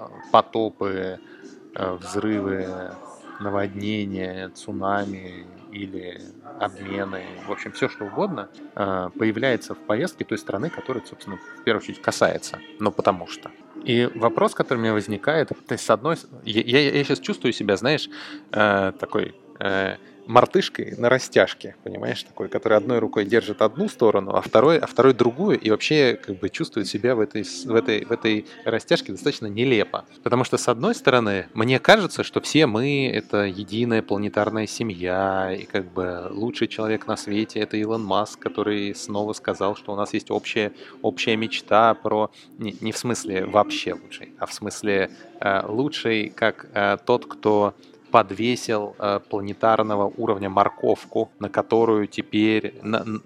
потопы, взрывы, наводнения, цунами или обмены, в общем, все что угодно, появляется в повестке той страны, которая, собственно, в первую очередь касается. Ну, потому что. И вопрос, который у меня возникает, то есть, с одной... Я сейчас чувствую себя, знаешь, такой... мартышкой на растяжке, понимаешь, такой, который одной рукой держит одну сторону, а второй другую, и вообще как бы чувствует себя в этой растяжке достаточно нелепо. Потому что, с одной стороны, мне кажется, что все мы — это единая планетарная семья, и как бы лучший человек на свете — это Илон Маск, который снова сказал, что у нас есть общая мечта про... Не в смысле вообще лучший, а в смысле лучший, как тот, кто подвесил планетарного уровня морковку, на которую теперь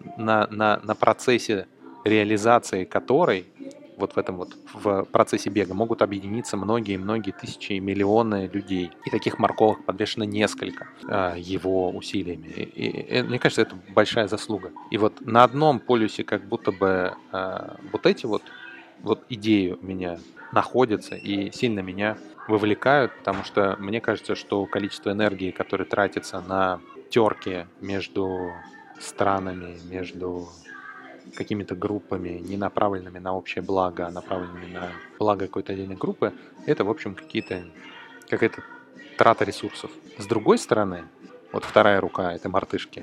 на процессе реализации которой, вот в этом вот в процессе бега, могут объединиться многие тысячи и миллионы людей. И таких морковок подвешено несколько его усилиями. И мне кажется, это большая заслуга. И вот на одном полюсе как будто бы вот эти вот идеи у меня находятся и сильно меня вовлекают, потому что мне кажется, что количество энергии, которое тратится на терки между странами, между какими-то группами, не направленными на общее благо, а направленными на благо какой-то отдельной группы, это, в общем, какая-то трата ресурсов. С другой стороны, вот вторая рука этой мартышки,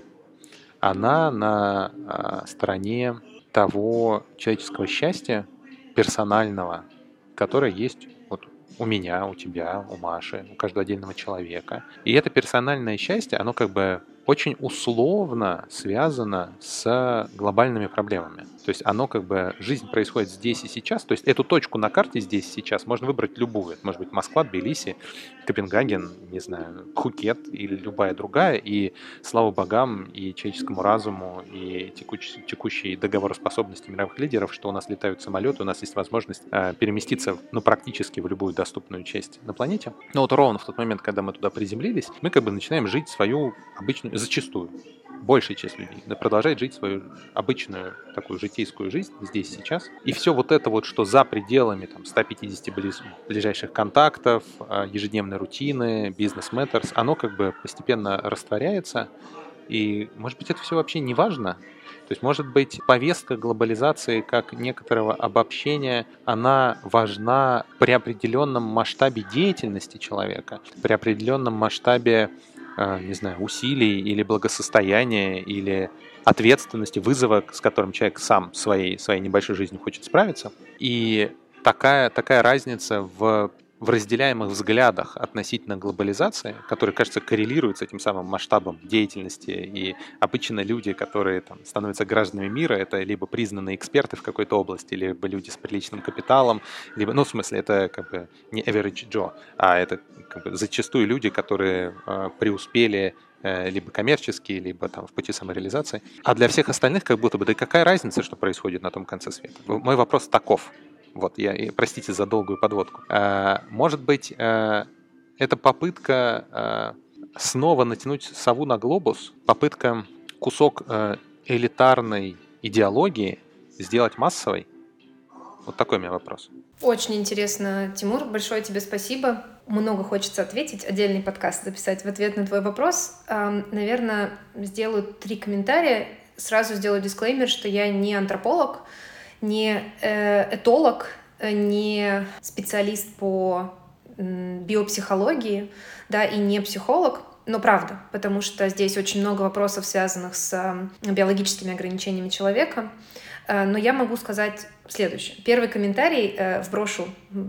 она на стороне того человеческого счастья персонального, которое есть вот у меня, у тебя, у Маши, у каждого отдельного человека. И это персональное счастье, оно как бы очень условно связано с глобальными проблемами. То есть оно как бы, жизнь происходит здесь и сейчас. То есть эту точку на карте здесь и сейчас можно выбрать любую. Это может быть Москва, Тбилиси, Копенгаген, не знаю, Пхукет или любая другая. И слава богам и человеческому разуму, и текущей договороспособности мировых лидеров, что у нас летают самолеты, у нас есть возможность переместиться, ну, практически в любую доступную часть на планете. Но вот ровно в тот момент, когда мы туда приземлились, мы как бы начинаем жить свою обычную, зачастую, большая часть людей продолжает жить свою обычную такую житейскую жизнь здесь, сейчас. И все вот это вот, что за пределами там, 150 ближайших контактов, ежедневной рутины, бизнес matters, оно как бы постепенно растворяется. И, может быть, это все вообще не важно. То есть, может быть, повестка глобализации как некоторого обобщения, она важна при определенном масштабе деятельности человека, при определенном масштабе, не знаю, усилий или благосостояния, или ответственности, вызова, с которым человек сам своей небольшой жизнью хочет справиться. И такая разница в разделяемых взглядах относительно глобализации, которые, кажется, коррелируют с этим самым масштабом деятельности. И обычно люди, которые там, становятся гражданами мира, это либо признанные эксперты в какой-то области, либо люди с приличным капиталом, либо, ну, в смысле, это как бы не average Joe, а это как бы зачастую люди, которые преуспели либо коммерчески, либо там в пути самореализации. А для всех остальных как будто бы, да и какая разница, что происходит на том конце света? Мой вопрос таков. Вот, простите за долгую подводку. Может быть, это попытка снова натянуть сову на глобус, попытка кусок элитарной идеологии сделать массовой? Вот такой у меня вопрос. Очень интересно, Тимур. Большое тебе спасибо. Много хочется ответить. Отдельный подкаст записать в ответ на твой вопрос. Наверное, сделаю 3 комментария. Сразу сделаю дисклеймер, что я не антрополог, не этолог, не специалист по биопсихологии, да, и не психолог, но правда, потому что здесь очень много вопросов, связанных с биологическими ограничениями человека. Но я могу сказать следующее. Первый комментарий вброшу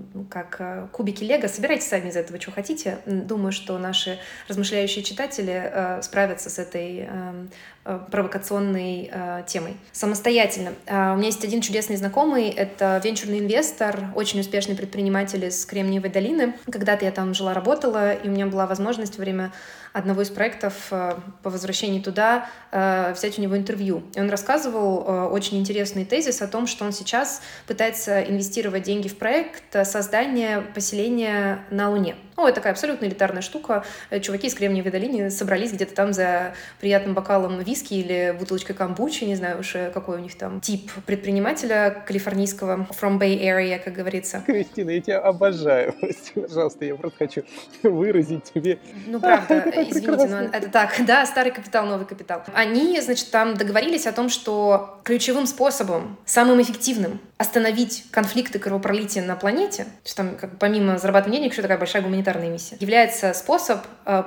как кубики лего. Собирайте сами из этого, что хотите. Думаю, что наши размышляющие читатели справятся с этой провокационной темой самостоятельно. У меня есть один чудесный знакомый. Это венчурный инвестор, очень успешный предприниматель из Кремниевой долины. Когда-то я там жила, работала, и у меня была возможность во время одного из проектов по возвращении туда взять у него интервью. И он рассказывал очень интересный тезис о том, что он сейчас пытается инвестировать деньги в проект создания поселения на Луне. Ну, это такая абсолютно элитарная штука. Чуваки из Кремниевой долины собрались где-то там за приятным бокалом виски или бутылочкой камбучи, не знаю уж, какой у них там тип предпринимателя калифорнийского, from Bay Area, как говорится. Кристина, я тебя обожаю. Прости, пожалуйста, я просто хочу выразить тебе... Ну, правда, извините, но это так, да, старый капитал, новый капитал. Они, значит, там договорились о том, что ключевым способом, самым эффективным остановить конфликты кровопролития на планете, то есть там, как, помимо зарабатывания денег, еще такая большая гуманитарная миссия, является способ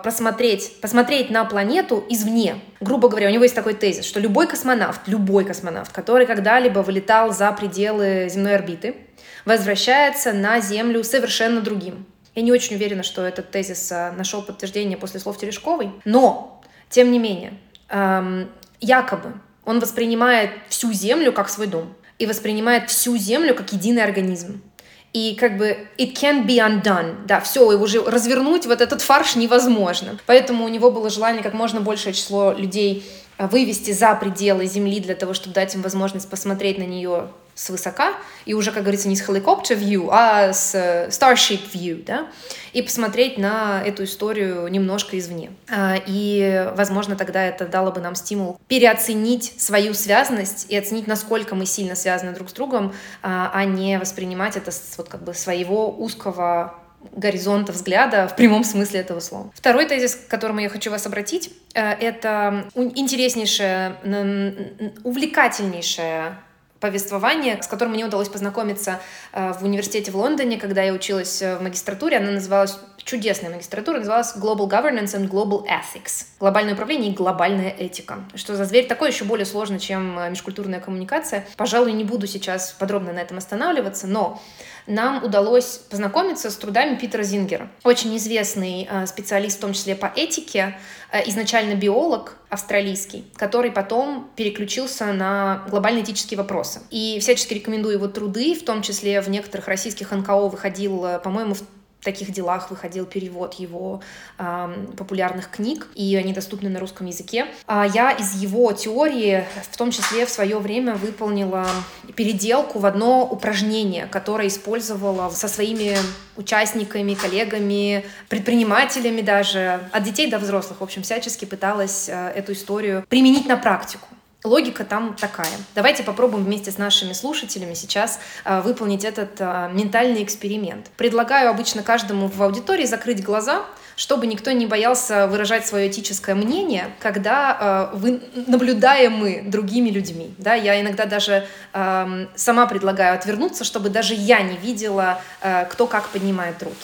посмотреть на планету извне. Грубо говоря, у него есть такой тезис, что любой космонавт, который когда-либо вылетал за пределы земной орбиты, возвращается на Землю совершенно другим. Я не очень уверена, что этот тезис нашел подтверждение после слов Терешковой, но, тем не менее, якобы он воспринимает всю Землю как свой дом и воспринимает всю Землю как единый организм. И как бы it can't be undone. Да, все, его же развернуть, вот этот фарш невозможно. Поэтому у него было желание как можно большее число людей вывести за пределы Земли для того, чтобы дать им возможность посмотреть на нее свысока, и уже, как говорится, не с helicopter view, а с starship view, да, и посмотреть на эту историю немножко извне. И, возможно, тогда это дало бы нам стимул переоценить свою связанность и оценить, насколько мы сильно связаны друг с другом, а не воспринимать это с вот как бы своего узкого горизонта взгляда в прямом смысле этого слова. Второй тезис, к которому я хочу вас обратить, это интереснейшее, увлекательнейшее повествование, с которым мне удалось познакомиться в университете в Лондоне, когда я училась в магистратуре. Она называлась, чудесная магистратура, называлась Global Governance and Global Ethics. Глобальное управление и глобальная этика. Что за зверь такой, еще более сложно, чем межкультурная коммуникация. Пожалуй, не буду сейчас подробно на этом останавливаться, но нам удалось познакомиться с трудами Питера Зингера. Очень известный специалист, в том числе по этике, изначально биолог австралийский, который потом переключился на глобальные этические вопросы. И всячески рекомендую его труды, в том числе в некоторых российских НКО выходил, по-моему, в таких делах выходил перевод его популярных книг, и они доступны на русском языке. Я из его теории, в том числе в свое время, выполнила переделку в одно упражнение, которое использовала со своими участниками, коллегами, предпринимателями даже, от детей до взрослых. В общем, всячески пыталась эту историю применить на практику. Логика там такая. Давайте попробуем вместе с нашими слушателями сейчас выполнить этот ментальный эксперимент. Предлагаю обычно каждому в аудитории закрыть глаза, чтобы никто не боялся выражать свое этическое мнение, когда вы наблюдаемы другими людьми. Да, я иногда даже сама предлагаю отвернуться, чтобы даже я не видела, кто как поднимает руки.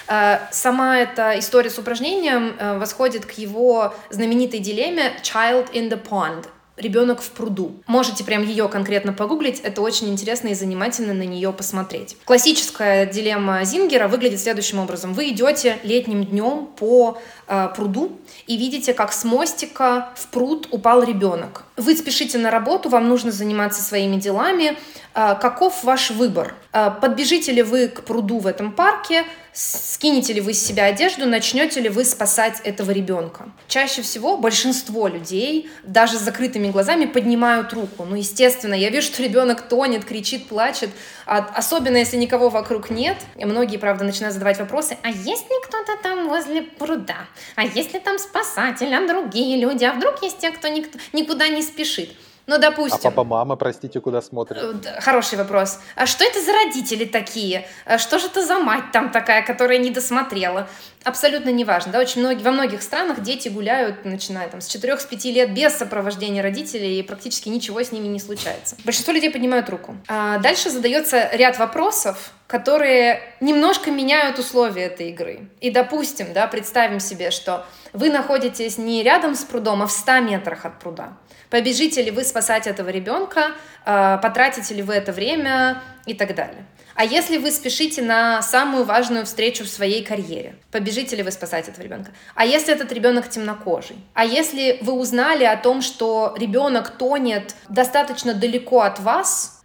Сама эта история с упражнением восходит к его знаменитой дилемме «Child in the pond». «Ребенок в пруду». Можете прям ее конкретно погуглить, это очень интересно и занимательно на нее посмотреть. Классическая дилемма Зингера выглядит следующим образом. Вы идете летним днем по пруду и видите, как с мостика в пруд упал ребенок. Вы спешите на работу, вам нужно заниматься своими делами. Каков ваш выбор? Подбежите ли вы к пруду в этом парке, скинете ли вы с себя одежду, начнете ли вы спасать этого ребенка? Чаще всего большинство людей, даже с закрытыми глазами, поднимают руку. Ну, естественно, я вижу, что ребенок тонет, кричит, плачет, особенно если никого вокруг нет. И многие, правда, начинают задавать вопросы: а есть ли кто-то там возле пруда? А есть ли там спасатель, а другие люди? А вдруг есть те, кто никуда не спешит? Ну, допустим. А папа, мама, простите, куда смотрят? Хороший вопрос. А что это за родители такие? Что же это за мать там такая, которая не досмотрела? Абсолютно неважно. Да? Во многих странах дети гуляют, начиная с 4-5 лет, без сопровождения родителей, и практически ничего с ними не случается. Большинство людей поднимают руку. Дальше задается ряд вопросов, которые немножко меняют условия этой игры. И, допустим, представим себе, что вы находитесь не рядом с прудом, а в 100 метрах от пруда. Побежите ли вы спасать этого ребенка, потратите ли вы это время и так далее. А если вы спешите на самую важную встречу в своей карьере, побежите ли вы спасать этого ребенка? А если этот ребенок темнокожий? А если вы узнали о том, что ребенок тонет достаточно далеко от вас,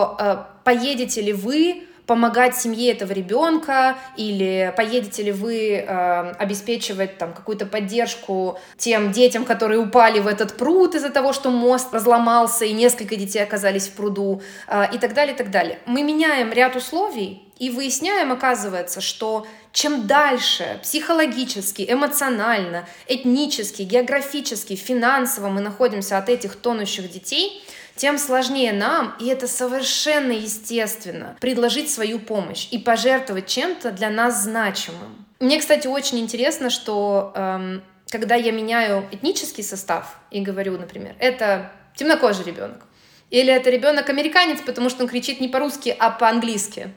то поедете ли вы помогать семье этого ребенка, или поедете ли вы обеспечивать какую-то поддержку тем детям, которые упали в этот пруд из-за того, что мост разломался и несколько детей оказались в пруду, и так далее, и так далее. Мы меняем ряд условий и выясняем, оказывается, что чем дальше психологически, эмоционально, этнически, географически, финансово мы находимся от этих тонущих детей, тем сложнее нам, и это совершенно естественно, предложить свою помощь и пожертвовать чем-то для нас значимым. Мне, кстати, очень интересно, что когда я меняю этнический состав и говорю, например, это темнокожий ребенок, или это ребенок американец, потому что он кричит не по-русски, а по-английски.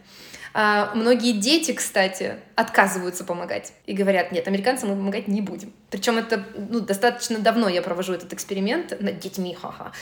Многие дети, кстати, отказываются помогать и говорят: нет, американцам мы помогать не будем. Причем это достаточно давно я провожу этот эксперимент над детьми,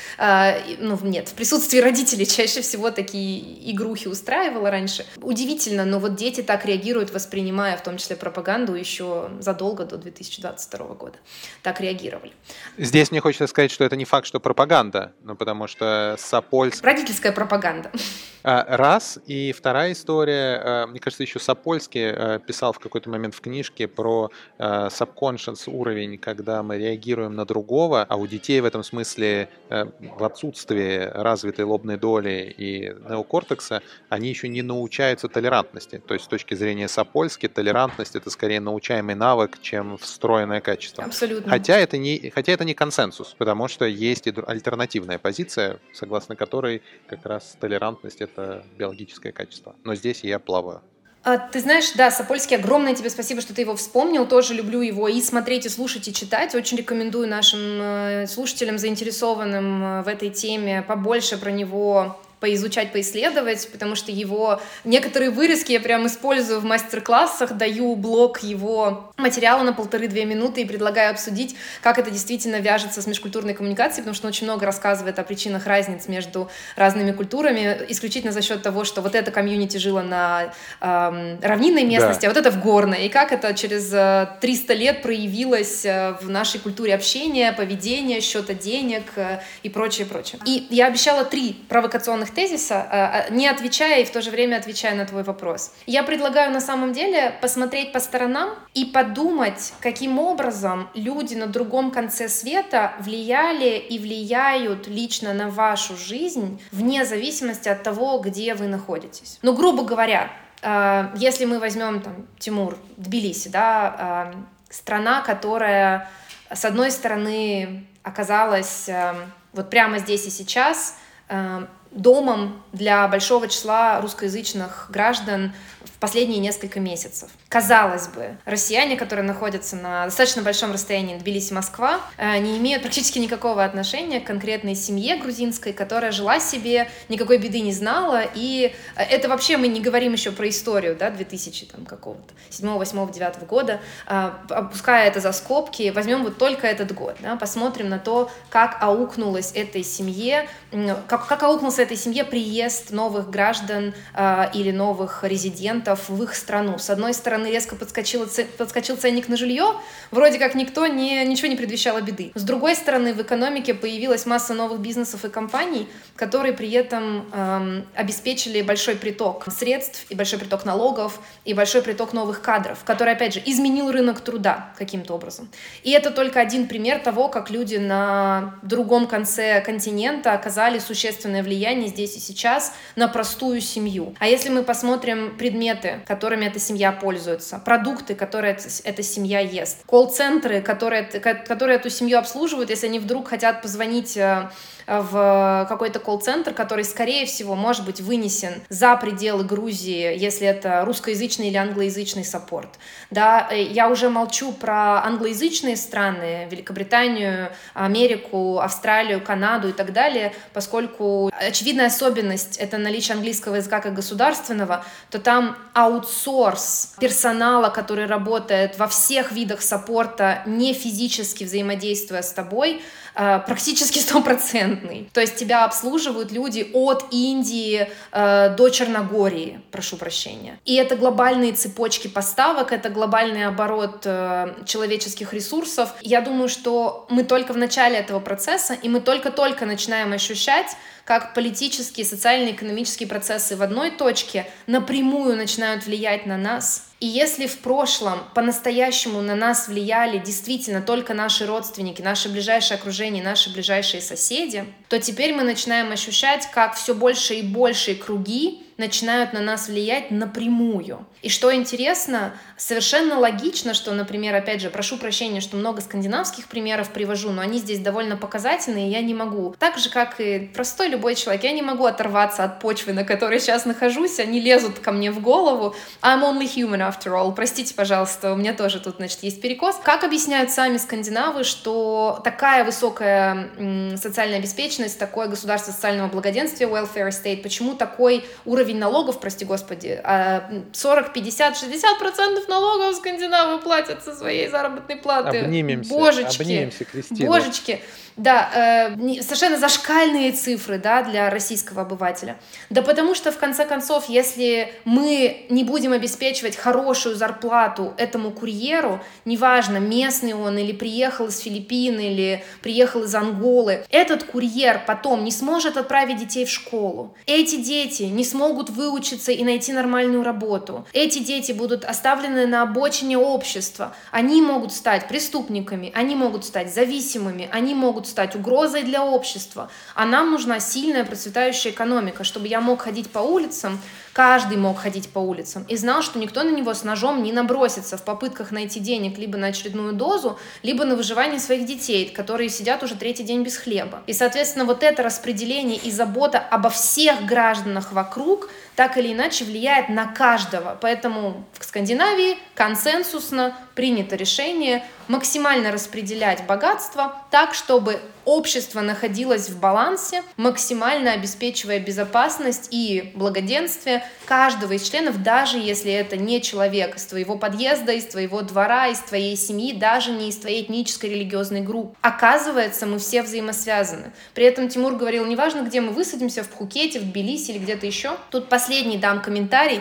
нет, в присутствии родителей чаще всего такие игрухи устраивала раньше. Удивительно, но вот дети так реагируют, воспринимая в том числе пропаганду еще задолго до 2022 года. Так реагировали. Здесь мне хочется сказать, что это не факт, что пропаганда, потому что Сапольский... Родительская пропаганда. Раз. И вторая история, мне кажется, еще Сапольский писал в какой-то момент в книжке про subconscious уровень, когда мы реагируем на другого, а у детей в этом смысле в отсутствии развитой лобной доли и неокортекса они еще не научаются толерантности. То есть с точки зрения Сапольски толерантность — это скорее научаемый навык, чем встроенное качество. Абсолютно. Хотя это не консенсус, потому что есть и альтернативная позиция, согласно которой как раз толерантность — это биологическое качество. Но здесь я плаваю. Ты знаешь, да, Сапольский, огромное тебе спасибо, что ты его вспомнил. Тоже люблю его и смотреть, и слушать, и читать. Очень рекомендую нашим слушателям, заинтересованным в этой теме, побольше про него поизучать, поисследовать, потому что его некоторые вырезки я прям использую в мастер-классах, даю блок его материала на 1,5-2 минуты и предлагаю обсудить, как это действительно вяжется с межкультурной коммуникацией, потому что он очень много рассказывает о причинах разниц между разными культурами, исключительно за счет того, что вот эта комьюнити жила на равнинной местности, а вот это в горной, и как это через 300 лет проявилось в нашей культуре общения, поведения, счета денег и прочее, прочее. И я обещала 3 провокационных тезиса, не отвечая и в то же время отвечая на твой вопрос. Я предлагаю на самом деле посмотреть по сторонам и подумать, каким образом люди на другом конце света влияли и влияют лично на вашу жизнь вне зависимости от того, где вы находитесь. Ну, грубо говоря, если мы возьмем там Тимур, Тбилиси, да, страна, которая, с одной стороны, оказалась вот прямо здесь и сейчас домом для большого числа русскоязычных граждан в последние несколько месяцев. Казалось бы, россияне, которые находятся на достаточно большом расстоянии Тбилиси-Москва, не имеют практически никакого отношения к конкретной семье грузинской, которая жила себе, никакой беды не знала, и это вообще мы не говорим еще про историю, да, 2000 там какого-то 7, 8, 9 года, опуская это за скобки, возьмем вот только этот год, да, посмотрим на то, как аукнулась этой семье, как аукнулся этой семье приезд новых граждан или новых резидентов в их страну. С одной стороны, резко подскочил ценник на жилье, вроде как ничего не предвещало беды. С другой стороны, в экономике появилась масса новых бизнесов и компаний, которые при этом обеспечили большой приток средств и большой приток налогов и большой приток новых кадров, который, опять же, изменил рынок труда каким-то образом. И это только один пример того, как люди на другом конце континента оказали существенное влияние здесь и сейчас на простую семью. А если мы посмотрим предметы, которыми эта семья пользуется, продукты, которые эта семья ест, колл-центры, которые эту семью обслуживают, если они вдруг хотят позвонить в какой-то колл-центр, который, скорее всего, может быть вынесен за пределы Грузии, если это русскоязычный или англоязычный саппорт. Да, я уже молчу про англоязычные страны, Великобританию, Америку, Австралию, Канаду и так далее, поскольку очевидная особенность — это наличие английского языка как государственного, то там аутсорс персонала, который работает во всех видах саппорта, не физически взаимодействуя с тобой, практически 100%. То есть тебя обслуживают люди от Индии до Черногории, прошу прощения. И это глобальные цепочки поставок, это глобальный оборот человеческих ресурсов. Я думаю, что мы только в начале этого процесса, и мы только-только начинаем ощущать, как политические, социальные, экономические процессы в одной точке напрямую начинают влиять на нас. И если в прошлом по-настоящему на нас влияли действительно только наши родственники, наше ближайшее окружение, наши ближайшие соседи, то теперь мы начинаем ощущать, как все больше и больше круги начинают на нас влиять напрямую. И что интересно, совершенно логично, что, например, опять же, прошу прощения, что много скандинавских примеров привожу, но они здесь довольно показательные, и я не могу. Так же, как и простой любой человек, я не могу оторваться от почвы, на которой сейчас нахожусь, они лезут ко мне в голову. I'm only human after all. Простите, пожалуйста, у меня тоже тут, значит, есть перекос. Как объясняют сами скандинавы, что такая высокая социальная обеспеченность, такое государство социального благоденствия, welfare state, почему такой уровень налогов, прости господи, 40, 50, 60% налогов скандинавы платят со своей заработной платы. Обнимемся, Кристина. Божечки. Да, совершенно зашкальные цифры, да, для российского обывателя. Да потому что, в конце концов, если мы не будем обеспечивать хорошую зарплату этому курьеру, неважно, местный он или приехал из Филиппин, или приехал из Анголы, этот курьер потом не сможет отправить детей в школу. Эти дети не смогут выучиться и найти нормальную работу. Эти дети будут оставлены на обочине общества. Они могут стать преступниками, они могут стать зависимыми, они могут стать угрозой для общества. А нам нужна сильная процветающая экономика, чтобы я мог ходить по улицам, каждый мог ходить по улицам и знал, что никто на него с ножом не набросится в попытках найти денег либо на очередную дозу, либо на выживание своих детей, которые сидят уже 3-й день без хлеба. И, соответственно, вот это распределение и забота обо всех гражданах вокруг так или иначе влияет на каждого. Поэтому в Скандинавии консенсусно принято решение максимально распределять богатство так, чтобы общество находилось в балансе, максимально обеспечивая безопасность и благоденствие каждого из членов, даже если это не человек из твоего подъезда, из твоего двора, из твоей семьи, даже не из твоей этнической религиозной группы. Оказывается, мы все взаимосвязаны. При этом Тимур говорил, неважно, где мы высадимся, в Пхукете, в Тбилиси или где-то еще. Тут последний дам комментарий.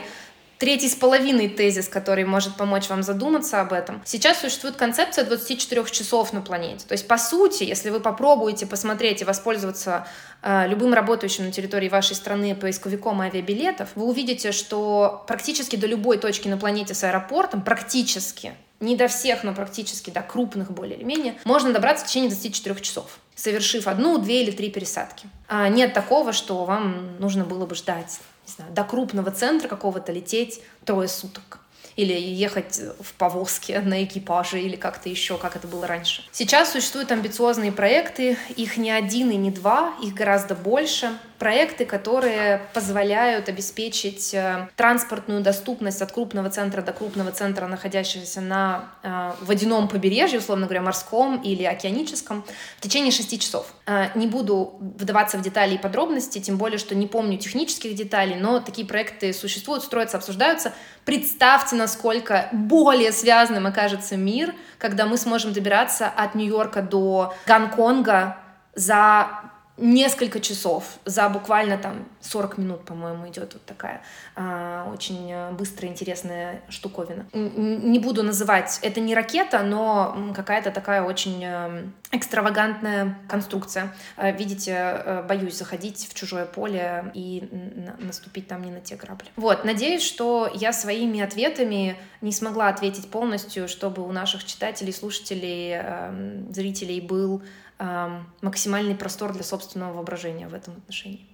3,5 тезис, который может помочь вам задуматься об этом. Сейчас существует концепция 24 часов на планете. То есть, по сути, если вы попробуете посмотреть и воспользоваться любым работающим на территории вашей страны поисковиком авиабилетов, вы увидите, что практически до любой точки на планете с аэропортом, практически, не до всех, но практически до крупных более или менее, можно добраться в течение 24 часов, совершив 1, 2 или 3 пересадки. Нет такого, что вам нужно было бы ждать, не знаю, до крупного центра какого-то лететь 3 суток. Или ехать в повозке на экипаже, или как-то еще, как это было раньше. Сейчас существуют амбициозные проекты, их не 1 и не 2, их гораздо больше. Проекты, которые позволяют обеспечить транспортную доступность от крупного центра до крупного центра, находящегося на водяном побережье, условно говоря, морском или океаническом, в течение 6 часов. Не буду вдаваться в детали и подробности, тем более, что не помню технических деталей, но такие проекты существуют, строятся, обсуждаются. Представьте, насколько более связанным окажется мир, когда мы сможем добираться от Нью-Йорка до Гонконга за несколько часов, за буквально 40 минут, по-моему, идет вот такая очень быстрая, интересная штуковина. Не буду называть, это не ракета, но какая-то такая очень экстравагантная конструкция. Видите, боюсь заходить в чужое поле и наступить там не на те грабли. Вот, надеюсь, что я своими ответами не смогла ответить полностью, чтобы у наших читателей, слушателей, зрителей был максимальный простор для собственного воображения в этом отношении.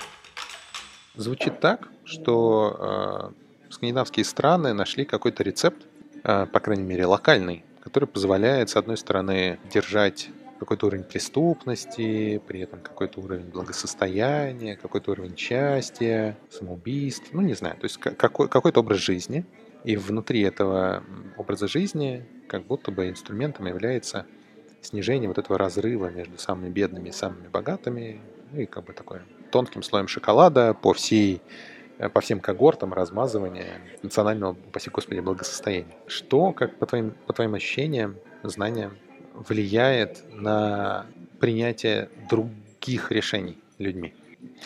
Звучит так, что скандинавские страны нашли какой-то рецепт, по крайней мере локальный, который позволяет, с одной стороны, держать какой-то уровень преступности, при этом какой-то уровень благосостояния, какой-то уровень счастья, самоубийств, не знаю, то есть какой-то образ жизни. И внутри этого образа жизни как будто бы инструментом является снижение вот этого разрыва между самыми бедными и самыми богатыми, и как бы такой тонким слоем шоколада по всем когортам размазывания национального, упаси Господи, благосостояния. Что, как по твоим ощущениям, знаниям, влияет на принятие других решений людьми?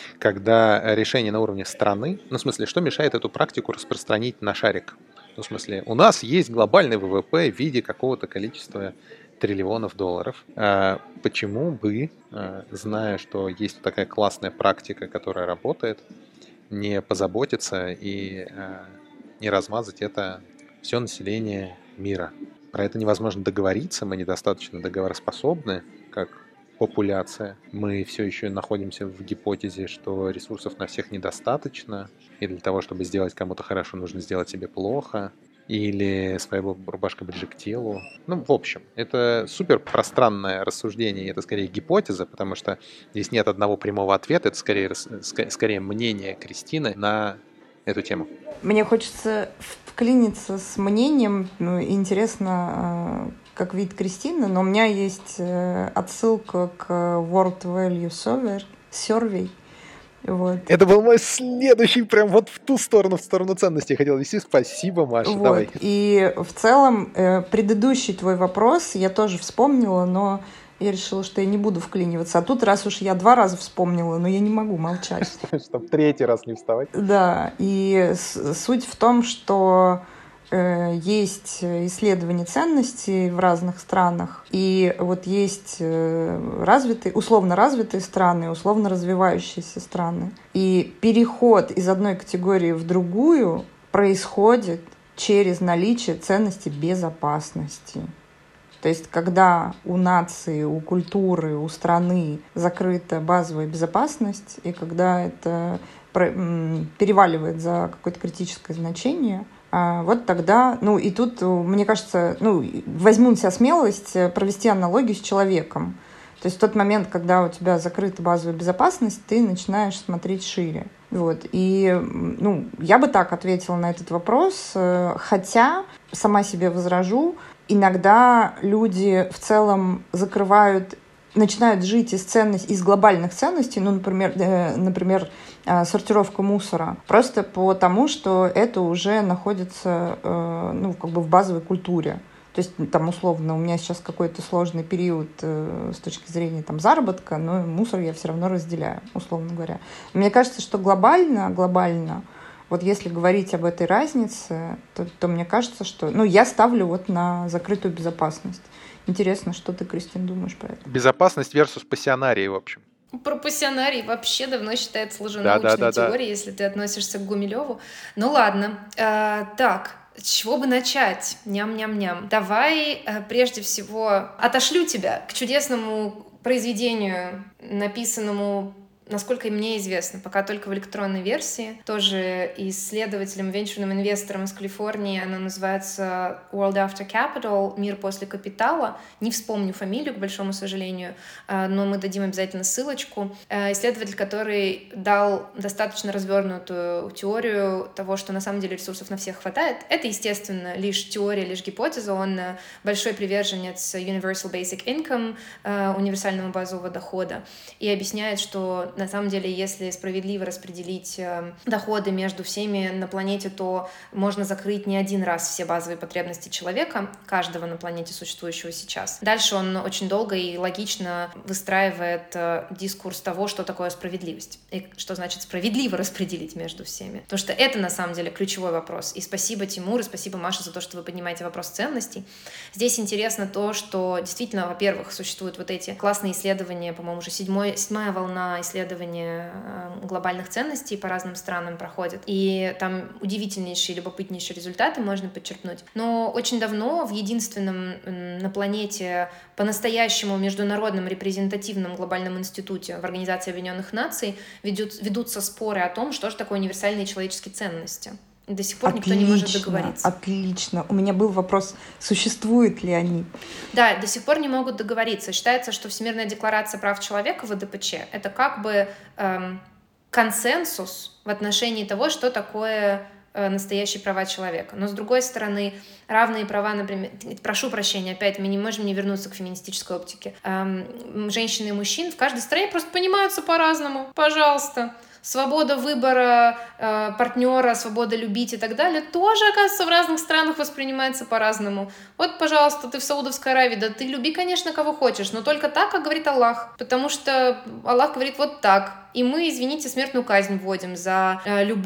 Когда решение на уровне страны, в смысле, что мешает эту практику распространить на шарик? В смысле, у нас есть глобальный ВВП в виде какого-то количества триллионов долларов. Почему бы, зная, что есть такая классная практика, которая работает, не позаботиться и не размазать это все население мира? Про это невозможно договориться, мы недостаточно договороспособны, как популяция. Мы все еще находимся в гипотезе, что ресурсов на всех недостаточно, и для того, чтобы сделать кому-то хорошо, нужно сделать себе плохо. Или своя рубашка ближе к телу. В общем, это супер пространное рассуждение, и это скорее гипотеза, потому что здесь нет одного прямого ответа, это скорее мнение Кристины на эту тему. Мне хочется вклиниться с мнением, интересно, как видит Кристина, но у меня есть отсылка к World Value Survey. Вот. Это был мой следующий, прям вот в ту сторону, в сторону ценностей хотел вести. Спасибо, Маша, давай. И в целом предыдущий твой вопрос я тоже вспомнила, но я решила, что я не буду вклиниваться. А тут, раз уж я 2 раза вспомнила, но я не могу молчать. Чтобы 3-й раз не вставать. Да, и суть в том, что есть исследования ценностей в разных странах, и вот есть условно развитые страны, условно развивающиеся страны. И переход из одной категории в другую происходит через наличие ценностей безопасности. То есть, когда у нации, у культуры, у страны закрыта базовая безопасность, и когда это переваливает за какое-то критическое значение, вот тогда, и тут, мне кажется, возьму на себя смелость провести аналогию с человеком. То есть в тот момент, когда у тебя закрыта базовая безопасность, ты начинаешь смотреть шире. Вот. И я бы так ответила на этот вопрос, хотя, сама себе возражу, иногда люди в целом закрывают начинают жить из глобальных ценностей, ну, например, сортировка мусора, просто потому, что это уже находится, ну, как бы в базовой культуре. То есть, там, условно, у меня сейчас какой-то сложный период с точки зрения там, заработка, но мусор я все равно разделяю, условно говоря. Мне кажется, что глобально, вот если говорить об этой разнице, то мне кажется, что... Ну, я ставлю вот на закрытую безопасность. Интересно, что ты, Кристин, думаешь про это? Безопасность versus пассионарий, в общем. Про пассионарий вообще давно считается лженаучной теорией, если ты относишься к Гумилеву. Ну ладно. Так, с чего бы начать? Ням-ням-ням. Давай прежде всего отошлю тебя к чудесному произведению, написанному, насколько мне известно, пока только в электронной версии, тоже исследователем, венчурным инвестором из Калифорнии. Оно называется World After Capital, «Мир после капитала». Не вспомню фамилию, к большому сожалению, но мы дадим обязательно ссылочку. Исследователь, который дал достаточно развернутую теорию того, что на самом деле ресурсов на всех хватает. Это, естественно, лишь теория, лишь гипотеза. Он большой приверженец Universal Basic Income, универсального базового дохода, и объясняет, что на самом деле, если справедливо распределить доходы между всеми на планете, то можно закрыть не один раз все базовые потребности человека, каждого на планете существующего сейчас. Дальше он очень долго и логично выстраивает дискурс того, что такое справедливость, и что значит справедливо распределить между всеми. Потому что это, на самом деле, ключевой вопрос. И спасибо, Тимур, и спасибо, Маша, за то, что вы поднимаете вопрос ценностей. Здесь интересно то, что действительно, во-первых, существуют вот эти классные исследования, по-моему, уже седьмая волна исследования глобальных ценностей по разным странам проходит. И там удивительнейшие, любопытнейшие результаты можно подчеркнуть. Но очень давно в единственном на планете по-настоящему международном репрезентативном глобальном институте в Организации Объединенных Наций ведутся споры о том, что же такое универсальные человеческие ценности. До сих пор никто не может договориться. Отлично. У меня был вопрос, существуют ли они? Да, до сих пор не могут договориться. Считается, что Всемирная декларация прав человека, ВДПЧ, это как бы консенсус в отношении того, что такое настоящие права человека. Но, с другой стороны, равные права, например... Прошу прощения, опять мы не можем не вернуться к феминистической оптике. Женщины и мужчин в каждой стране просто понимаются по-разному. Пожалуйста. Свобода выбора партнера, свобода любить и так далее тоже, оказывается, в разных странах воспринимается по-разному. Вот, пожалуйста, ты в Саудовской Аравии, да ты люби, конечно, кого хочешь, но только так, как говорит Аллах. Потому что Аллах говорит вот так. И мы, извините, смертную казнь вводим за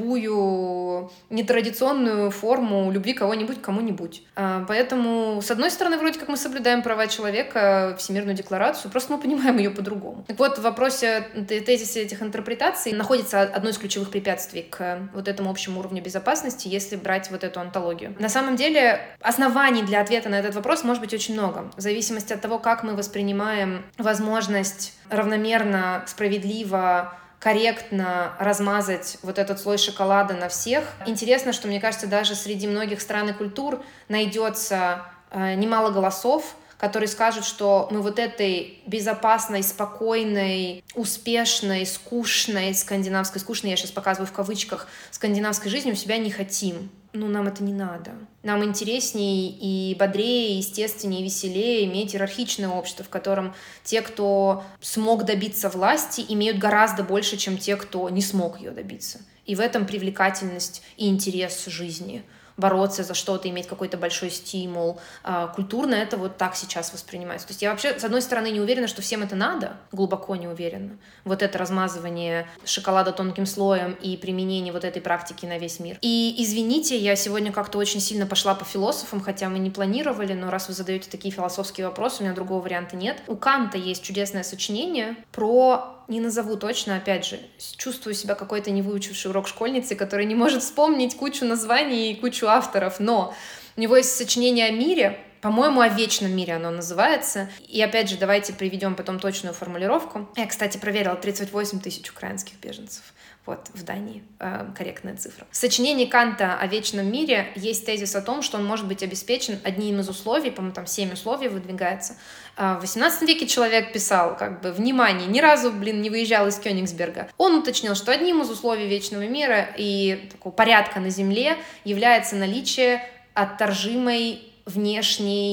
любую нетрадиционную форму любви кого-нибудь к кому-нибудь. Поэтому, с одной стороны, вроде как мы соблюдаем права человека, Всемирную декларацию, просто мы понимаем ее по-другому. Так вот, в вопросе тезиса этих интерпретаций находится одно из ключевых препятствий к вот этому общему уровню безопасности, если брать вот эту онтологию. На самом деле, оснований для ответа на этот вопрос может быть очень много, в зависимости от того, как мы воспринимаем возможность равномерно, справедливо, корректно размазать вот этот слой шоколада на всех. Интересно, что, мне кажется, даже среди многих стран и культур найдется немало голосов, которые скажут, что мы вот этой безопасной, спокойной, успешной, скучной, скучной, я сейчас показываю в кавычках, скандинавской жизни у себя не хотим. Ну, нам это не надо. Нам интереснее и бодрее, естественнее, веселее иметь иерархичное общество, в котором те, кто смог добиться власти, имеют гораздо больше, чем те, кто не смог ее добиться. И в этом привлекательность и интерес жизни. Бороться за что-то, иметь какой-то большой стимул. Культурно это вот так сейчас воспринимается. То есть я вообще, с одной стороны, не уверена, что всем это надо, глубоко не уверена. Вот это размазывание шоколада тонким слоем и применение вот этой практики на весь мир. И извините, я сегодня как-то очень сильно пошла по философам, хотя мы не планировали, но раз вы задаете такие философские вопросы, у меня другого варианта нет. У Канта есть чудесное сочинение про... Не назову точно, опять же, чувствую себя какой-то не выучившей урок школьницей, которая не может вспомнить кучу названий и кучу авторов, но у него есть сочинение о мире, по-моему, о вечном мире оно называется. И опять же, давайте приведем потом точную формулировку. Я, кстати, проверила, 38 тысяч украинских беженцев. Вот, в Дании корректная цифра. В сочинении Канта о вечном мире есть тезис о том, что он может быть обеспечен одним из условий, по-моему, там 7 условий выдвигается. В 18 веке человек писал, внимание, ни разу, не выезжал из Кёнигсберга. Он уточнил, что одним из условий вечного мира и такого порядка на земле является наличие отторжимой внешней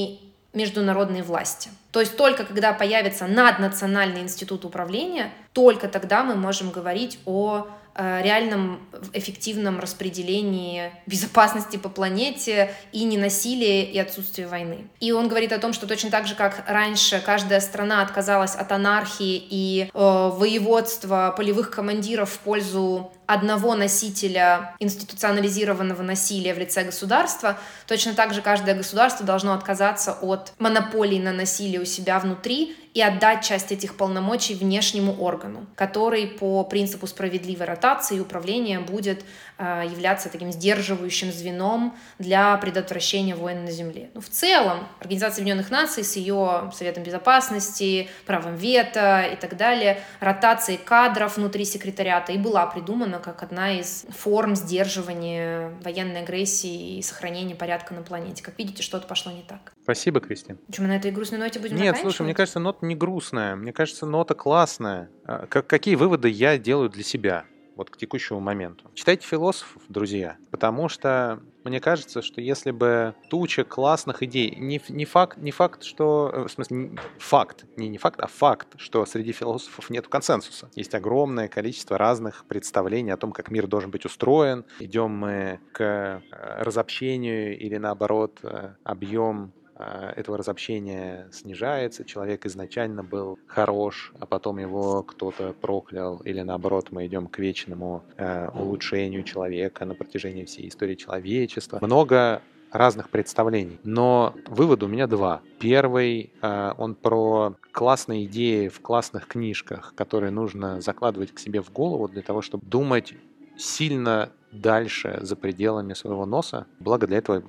международной власти. То есть только когда появится наднациональный институт управления, только тогда мы можем говорить о реальном эффективном распределении безопасности по планете и ненасилии и отсутствии войны. И он говорит о том, что точно так же, как раньше каждая страна отказалась от анархии и воеводства полевых командиров в пользу одного носителя институционализированного насилия в лице государства, точно так же каждое государство должно отказаться от монополии на насилие у себя внутри и отдать часть этих полномочий внешнему органу, который по принципу справедливой ротации и управления будет являться таким сдерживающим звеном для предотвращения войн на Земле. Но в целом Организация Объединенных Наций с ее Советом Безопасности, правом вето и так далее, ротацией кадров внутри секретариата и была придумана как одна из форм сдерживания военной агрессии и сохранения порядка на планете. Как видите, что-то пошло не так. Спасибо, Кристин. Что, мы на этой грустной ноте будем Нет, заканчивать? слушай, мне кажется, нота не грустная. Мне кажется, нота классная. Какие выводы я делаю для себя вот к текущему моменту? Читайте философов, друзья, потому что мне кажется, что если бы туча классных идей, не факт, что... В смысле, факт, не факт, а факт, что среди философов нет консенсуса. Есть огромное количество разных представлений о том, как мир должен быть устроен. Идем мы к разобщению или, наоборот, объем этого разобщения снижается, человек изначально был хорош, а потом его кто-то проклял, или наоборот, мы идем к вечному улучшению человека на протяжении всей истории человечества. Много разных представлений, но вывод у меня два. Первый, он про классные идеи в классных книжках, которые нужно закладывать к себе в голову для того, чтобы думать сильно дальше за пределами своего носа. Благо для этого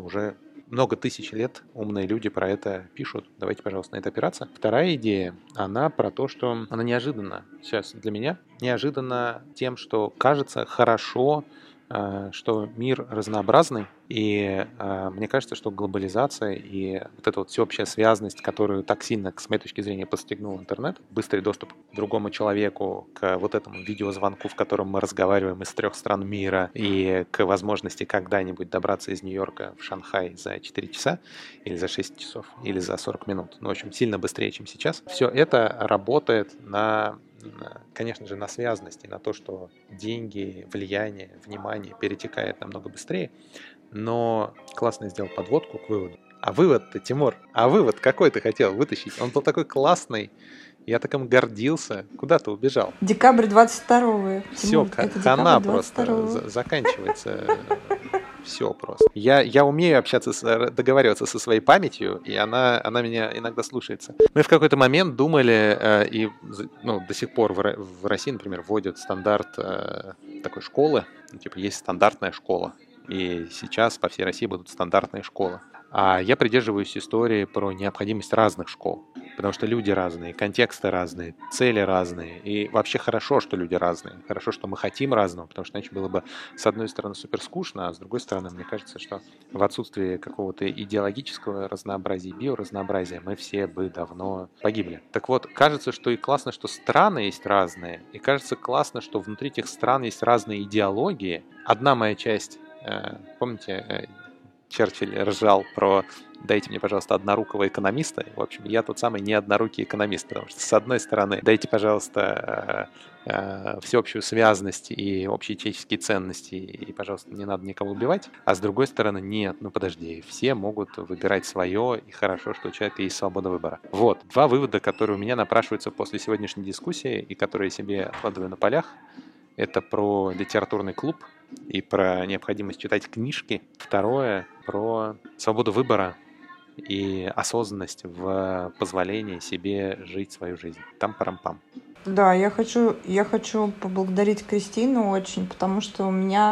много тысяч лет умные люди про это пишут. Давайте, пожалуйста, на это опираться. Вторая идея, она про то, что она неожиданна сейчас для меня. Неожиданно тем, что кажется хорошо, что мир разнообразный. И мне кажется, что глобализация и вот эта вот всеобщая связанность, которую так сильно, с моей точки зрения, подстегнул интернет, быстрый доступ к другому человеку, к вот этому видеозвонку, в котором мы разговариваем из 3 стран мира, и к возможности когда-нибудь добраться из Нью-Йорка в Шанхай за 4 часа, или за 6 часов, или за 40 минут. Ну, в общем, сильно быстрее, чем сейчас. Все это работает конечно же, на связанности, на то, что деньги, влияние, внимание перетекает намного быстрее. Но классно сделал подводку к выводу. А вывод-то, Тимур, вывод какой ты хотел вытащить? Он был такой классный, я так им гордился. Куда ты убежал? Декабрь 22-го. Все, хана просто заканчивается. Все просто. Я умею договариваться со своей памятью, и она меня иногда слушается. Мы в какой-то момент думали, и до сих пор в России, например, вводят стандарт такой школы, есть стандартная школа. И сейчас по всей России будут стандартные школы. А я придерживаюсь истории про необходимость разных школ. Потому что люди разные, контексты разные, цели разные. И вообще хорошо, что люди разные. Хорошо, что мы хотим разного, потому что иначе было бы, с одной стороны, супер скучно, а с другой стороны, мне кажется, что в отсутствии какого-то идеологического разнообразия, биоразнообразия, мы все бы давно погибли. Так вот, кажется, что и классно, что страны есть разные. И кажется классно, что внутри этих стран есть разные идеологии. Одна моя часть... Помните, Черчилль ржал про «дайте мне, пожалуйста, однорукого экономиста». В общем, я тот самый неоднорукий экономист, потому что, с одной стороны, дайте, пожалуйста, всеобщую связанность и общие человеческие ценности, и, пожалуйста, не надо никого убивать. А с другой стороны, нет, подожди, все могут выбирать свое, и хорошо, что у человека есть свобода выбора. Вот, 2 вывода, которые у меня напрашиваются после сегодняшней дискуссии, и которые я себе откладываю на полях. Это про литературный клуб и про необходимость читать книжки. Второе — про свободу выбора и осознанность в позволении себе жить свою жизнь. Там-парам-пам. Да, я хочу поблагодарить Кристину очень, потому что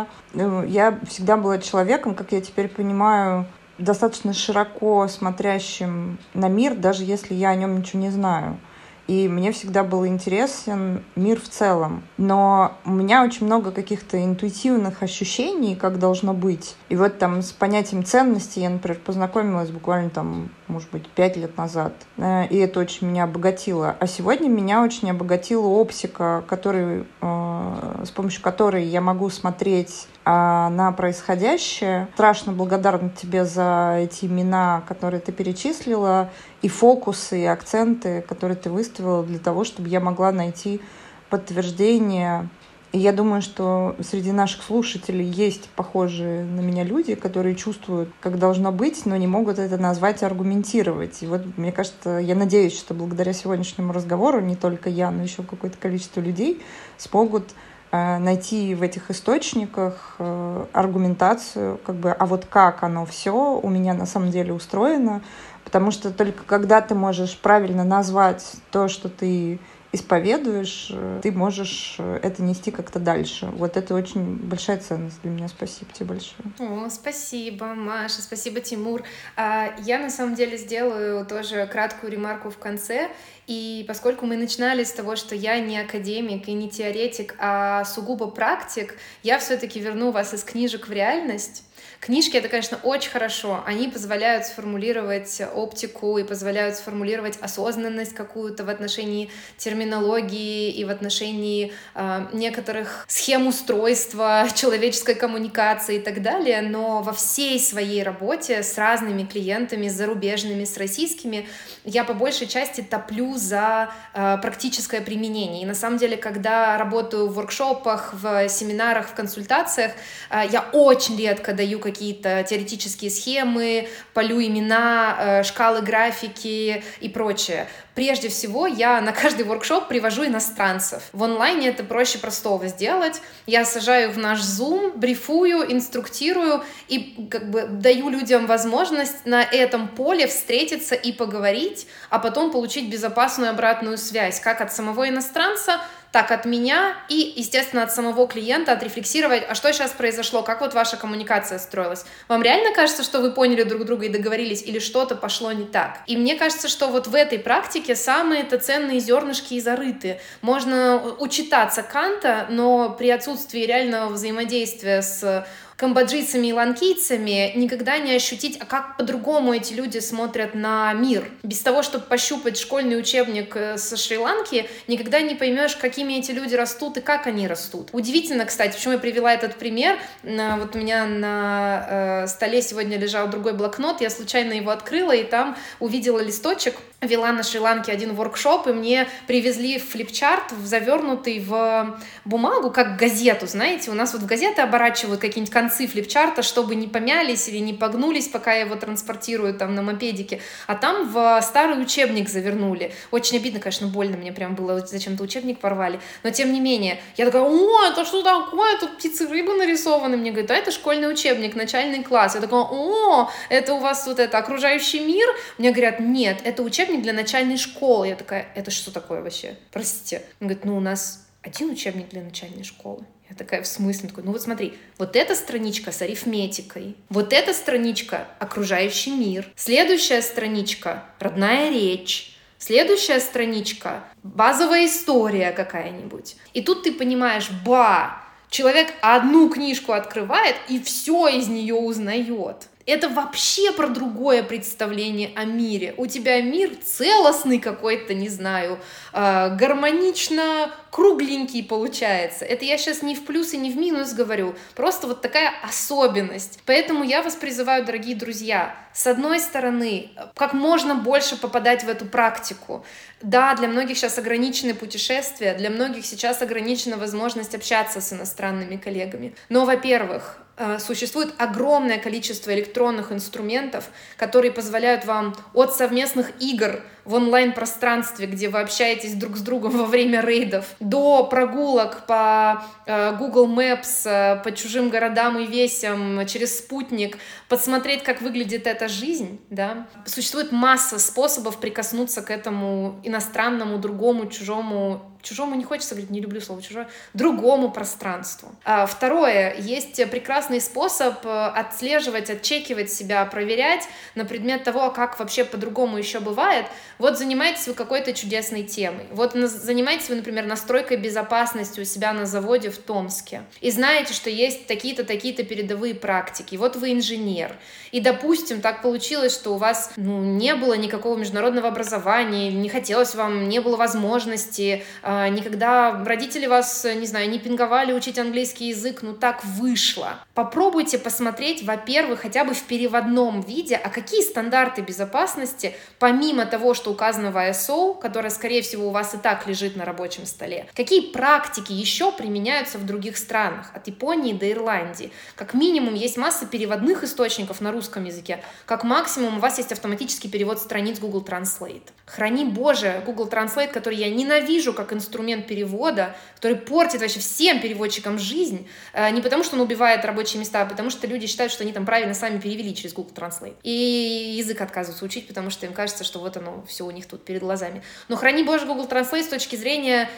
я всегда была человеком, как я теперь понимаю, достаточно широко смотрящим на мир, даже если я о нем ничего не знаю. И мне всегда был интересен мир в целом. Но у меня очень много каких-то интуитивных ощущений, как должно быть. И вот там с понятием ценности я, например, познакомилась буквально может быть, 5 лет назад. И это очень меня обогатило. А сегодня меня очень обогатила оптика, с помощью которой я могу смотреть на происходящее. Страшно благодарна тебе за эти имена, которые ты перечислила, и фокусы, и акценты, которые ты выставила для того, чтобы я могла найти подтверждение. И я думаю, что среди наших слушателей есть похожие на меня люди, которые чувствуют, как должно быть, но не могут это назвать и аргументировать. И вот, мне кажется, я надеюсь, что благодаря сегодняшнему разговору не только я, но еще какое-то количество людей смогут найти в этих источниках аргументацию, а вот как оно все у меня на самом деле устроено, потому что только когда ты можешь правильно назвать то, что ты исповедуешь, ты можешь это нести как-то дальше. Вот это очень большая ценность для меня. Спасибо тебе большое. О, спасибо, Маша, спасибо, Тимур. Я на самом деле сделаю тоже краткую ремарку в конце. И поскольку мы начинали с того, что я не академик и не теоретик, а сугубо практик, я все-таки верну вас из книжек в реальность. Книжки — это, конечно, очень хорошо. Они позволяют сформулировать оптику и позволяют сформулировать осознанность какую-то в отношении терминологии и в отношении некоторых схем устройства человеческой коммуникации и так далее. Но во всей своей работе с разными клиентами, с зарубежными, с российскими, я по большей части топлю за практическое применение. И на самом деле, когда работаю в воркшопах, в семинарах, в консультациях, я очень редко даю какие-то теоретические схемы, полю имена, шкалы, графики и прочее. Прежде всего, я на каждый воркшоп привожу иностранцев. В онлайне это проще простого сделать. Я сажаю в наш Zoom, брифую, инструктирую и даю людям возможность на этом поле встретиться и поговорить, а потом получить безопасную обратную связь как от самого иностранца, так от меня и, естественно, от самого клиента, отрефлексировать, а что сейчас произошло, как вот ваша коммуникация строилась. Вам реально кажется, что вы поняли друг друга и договорились, или что-то пошло не так? И мне кажется, что вот в этой практике самые-то ценные зернышки и зарыты. Можно учитаться Канта, но при отсутствии реального взаимодействия с камбоджийцами и ланкийцами никогда не ощутить, а как по-другому эти люди смотрят на мир. Без того, чтобы пощупать школьный учебник со Шри-Ланки, никогда не поймешь, какими эти люди растут и как они растут. Удивительно, кстати, почему я привела этот пример. Вот у меня на столе сегодня лежал другой блокнот, я случайно его открыла и там увидела листочек. Вела на Шри-Ланке один воркшоп, и мне привезли флипчарт, завернутый в бумагу, как газету, знаете, у нас вот в газеты оборачивают какие-нибудь концы флипчарта, чтобы не помялись или не погнулись, пока я его транспортирую там на мопедике, а там в старый учебник завернули. Очень обидно, конечно, больно мне прям было, зачем-то учебник порвали, но тем не менее, я такая, о, это что такое, тут птицы, рыбы нарисованы, мне говорят, а это школьный учебник, начальный класс, я такая, о, это у вас вот это окружающий мир, мне говорят, нет, это учебник для начальной школы. Я такая, это что такое вообще? Простите. Он говорит, у нас один учебник для начальной школы. Я такая, в смысле? Он такой, вот смотри, вот эта страничка с арифметикой, вот эта страничка окружающий мир, следующая страничка родная речь, следующая страничка базовая история какая-нибудь. И тут ты понимаешь, человек одну книжку открывает и все из нее узнает. Это вообще про другое представление о мире. У тебя мир целостный какой-то, не знаю, гармонично кругленький получается. Это я сейчас не в плюс и не в минус говорю. Просто вот такая особенность. Поэтому я вас призываю, дорогие друзья, с одной стороны, как можно больше попадать в эту практику. Да, для многих сейчас ограничены путешествия, для многих сейчас ограничена возможность общаться с иностранными коллегами. Но, во-первых, существует огромное количество электронных инструментов, которые позволяют вам от совместных игр в онлайн-пространстве, где вы общаетесь друг с другом во время рейдов, до прогулок по Google Maps, по чужим городам и весям, через спутник, посмотреть, как выглядит эта жизнь. Да? Существует масса способов прикоснуться к этому иностранному, другому, чужому не хочется говорить, не люблю слово чужое, другому пространству. Второе, есть прекрасный способ отслеживать, отчекивать себя, проверять на предмет того, как вообще по-другому еще бывает. Вот занимаетесь вы какой-то чудесной темой. Вот занимаетесь вы, например, настройкой безопасности у себя на заводе в Томске. И знаете, что есть такие-то, такие-то передовые практики. Вот вы инженер. И, допустим, так получилось, что у вас не было никакого международного образования, не хотелось вам, не было возможности никогда родители вас, не знаю, не пинговали учить английский язык, ну так вышло. Попробуйте посмотреть, во-первых, хотя бы в переводном виде, а какие стандарты безопасности, помимо того, что указано в ISO, которое, скорее всего, у вас и так лежит на рабочем столе, какие практики еще применяются в других странах, от Японии до Ирландии. Как минимум есть масса переводных источников на русском языке, как максимум у вас есть автоматический перевод страниц Google Translate. Храни Боже, Google Translate, который я ненавижу как инструмент перевода, который портит вообще всем переводчикам жизнь, не потому что он убивает рабочие места, а потому что люди считают, что они там правильно сами перевели через Google Translate. И язык отказываются учить, потому что им кажется, что вот оно все у них тут перед глазами. Но храни Боже Google Translate с точки зрения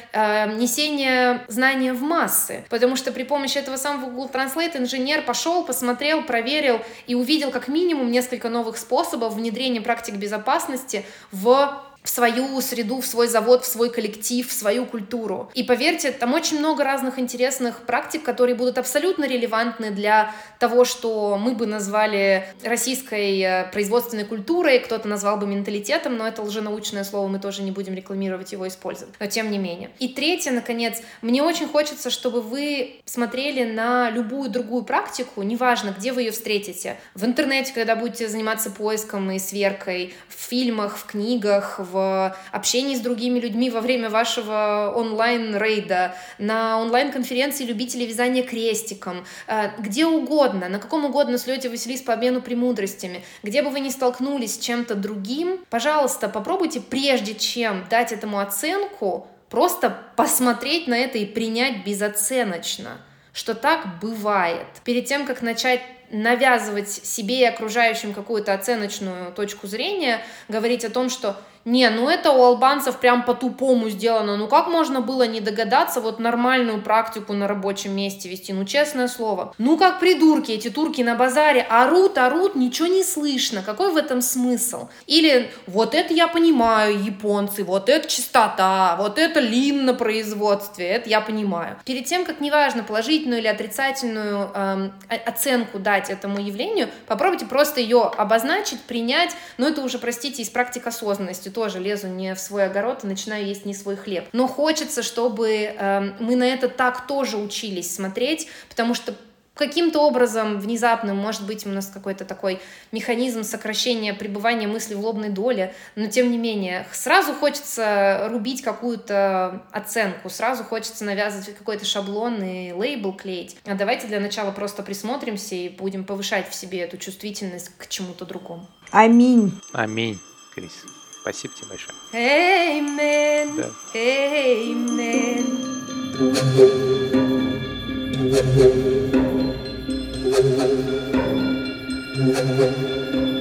несения знания в массы, потому что при помощи этого самого Google Translate инженер пошел, посмотрел, проверил и увидел как минимум несколько новых способов внедрения практик безопасности в свою среду, в свой завод, в свой коллектив, в свою культуру. И поверьте, там очень много разных интересных практик, которые будут абсолютно релевантны для того, что мы бы назвали российской производственной культурой, кто-то назвал бы менталитетом, но это лженаучное слово, мы тоже не будем рекламировать его, использовать. Но тем не менее. И третье, наконец, мне очень хочется, чтобы вы смотрели на любую другую практику, неважно, где вы ее встретите, в интернете, когда будете заниматься поиском и сверкой, в фильмах, в книгах, в общении с другими людьми во время вашего онлайн-рейда, на онлайн-конференции любителей вязания крестиком, где угодно, на каком угодно слете Василис по обмену премудростями, где бы вы ни столкнулись с чем-то другим, пожалуйста, попробуйте, прежде чем дать этому оценку, просто посмотреть на это и принять безоценочно, что так бывает. Перед тем, как начать навязывать себе и окружающим какую-то оценочную точку зрения, говорить о том, что ну это у албанцев прям по-тупому сделано, ну как можно было не догадаться вот нормальную практику на рабочем месте вести, ну честное слово. Ну как придурки эти турки на базаре, орут, ничего не слышно, какой в этом смысл? Или вот это я понимаю, японцы, вот это чистота, вот это лин на производстве, это я понимаю. Перед тем, как неважно, положительную или отрицательную оценку дать этому явлению, попробуйте просто ее обозначить, принять, но это уже, простите, из практик осознанности, тоже лезу не в свой огород и начинаю есть не свой хлеб. Но хочется, чтобы мы на это так тоже учились смотреть, потому что каким-то образом внезапным, может быть, у нас какой-то такой механизм сокращения пребывания мысли в лобной доле, но тем не менее, сразу хочется рубить какую-то оценку, сразу хочется навязывать какой-то шаблон и лейбл клеить. А давайте для начала просто присмотримся и будем повышать в себе эту чувствительность к чему-то другому. Аминь. Аминь, Крис. Спасибо тебе большое. Amen. Да. Amen.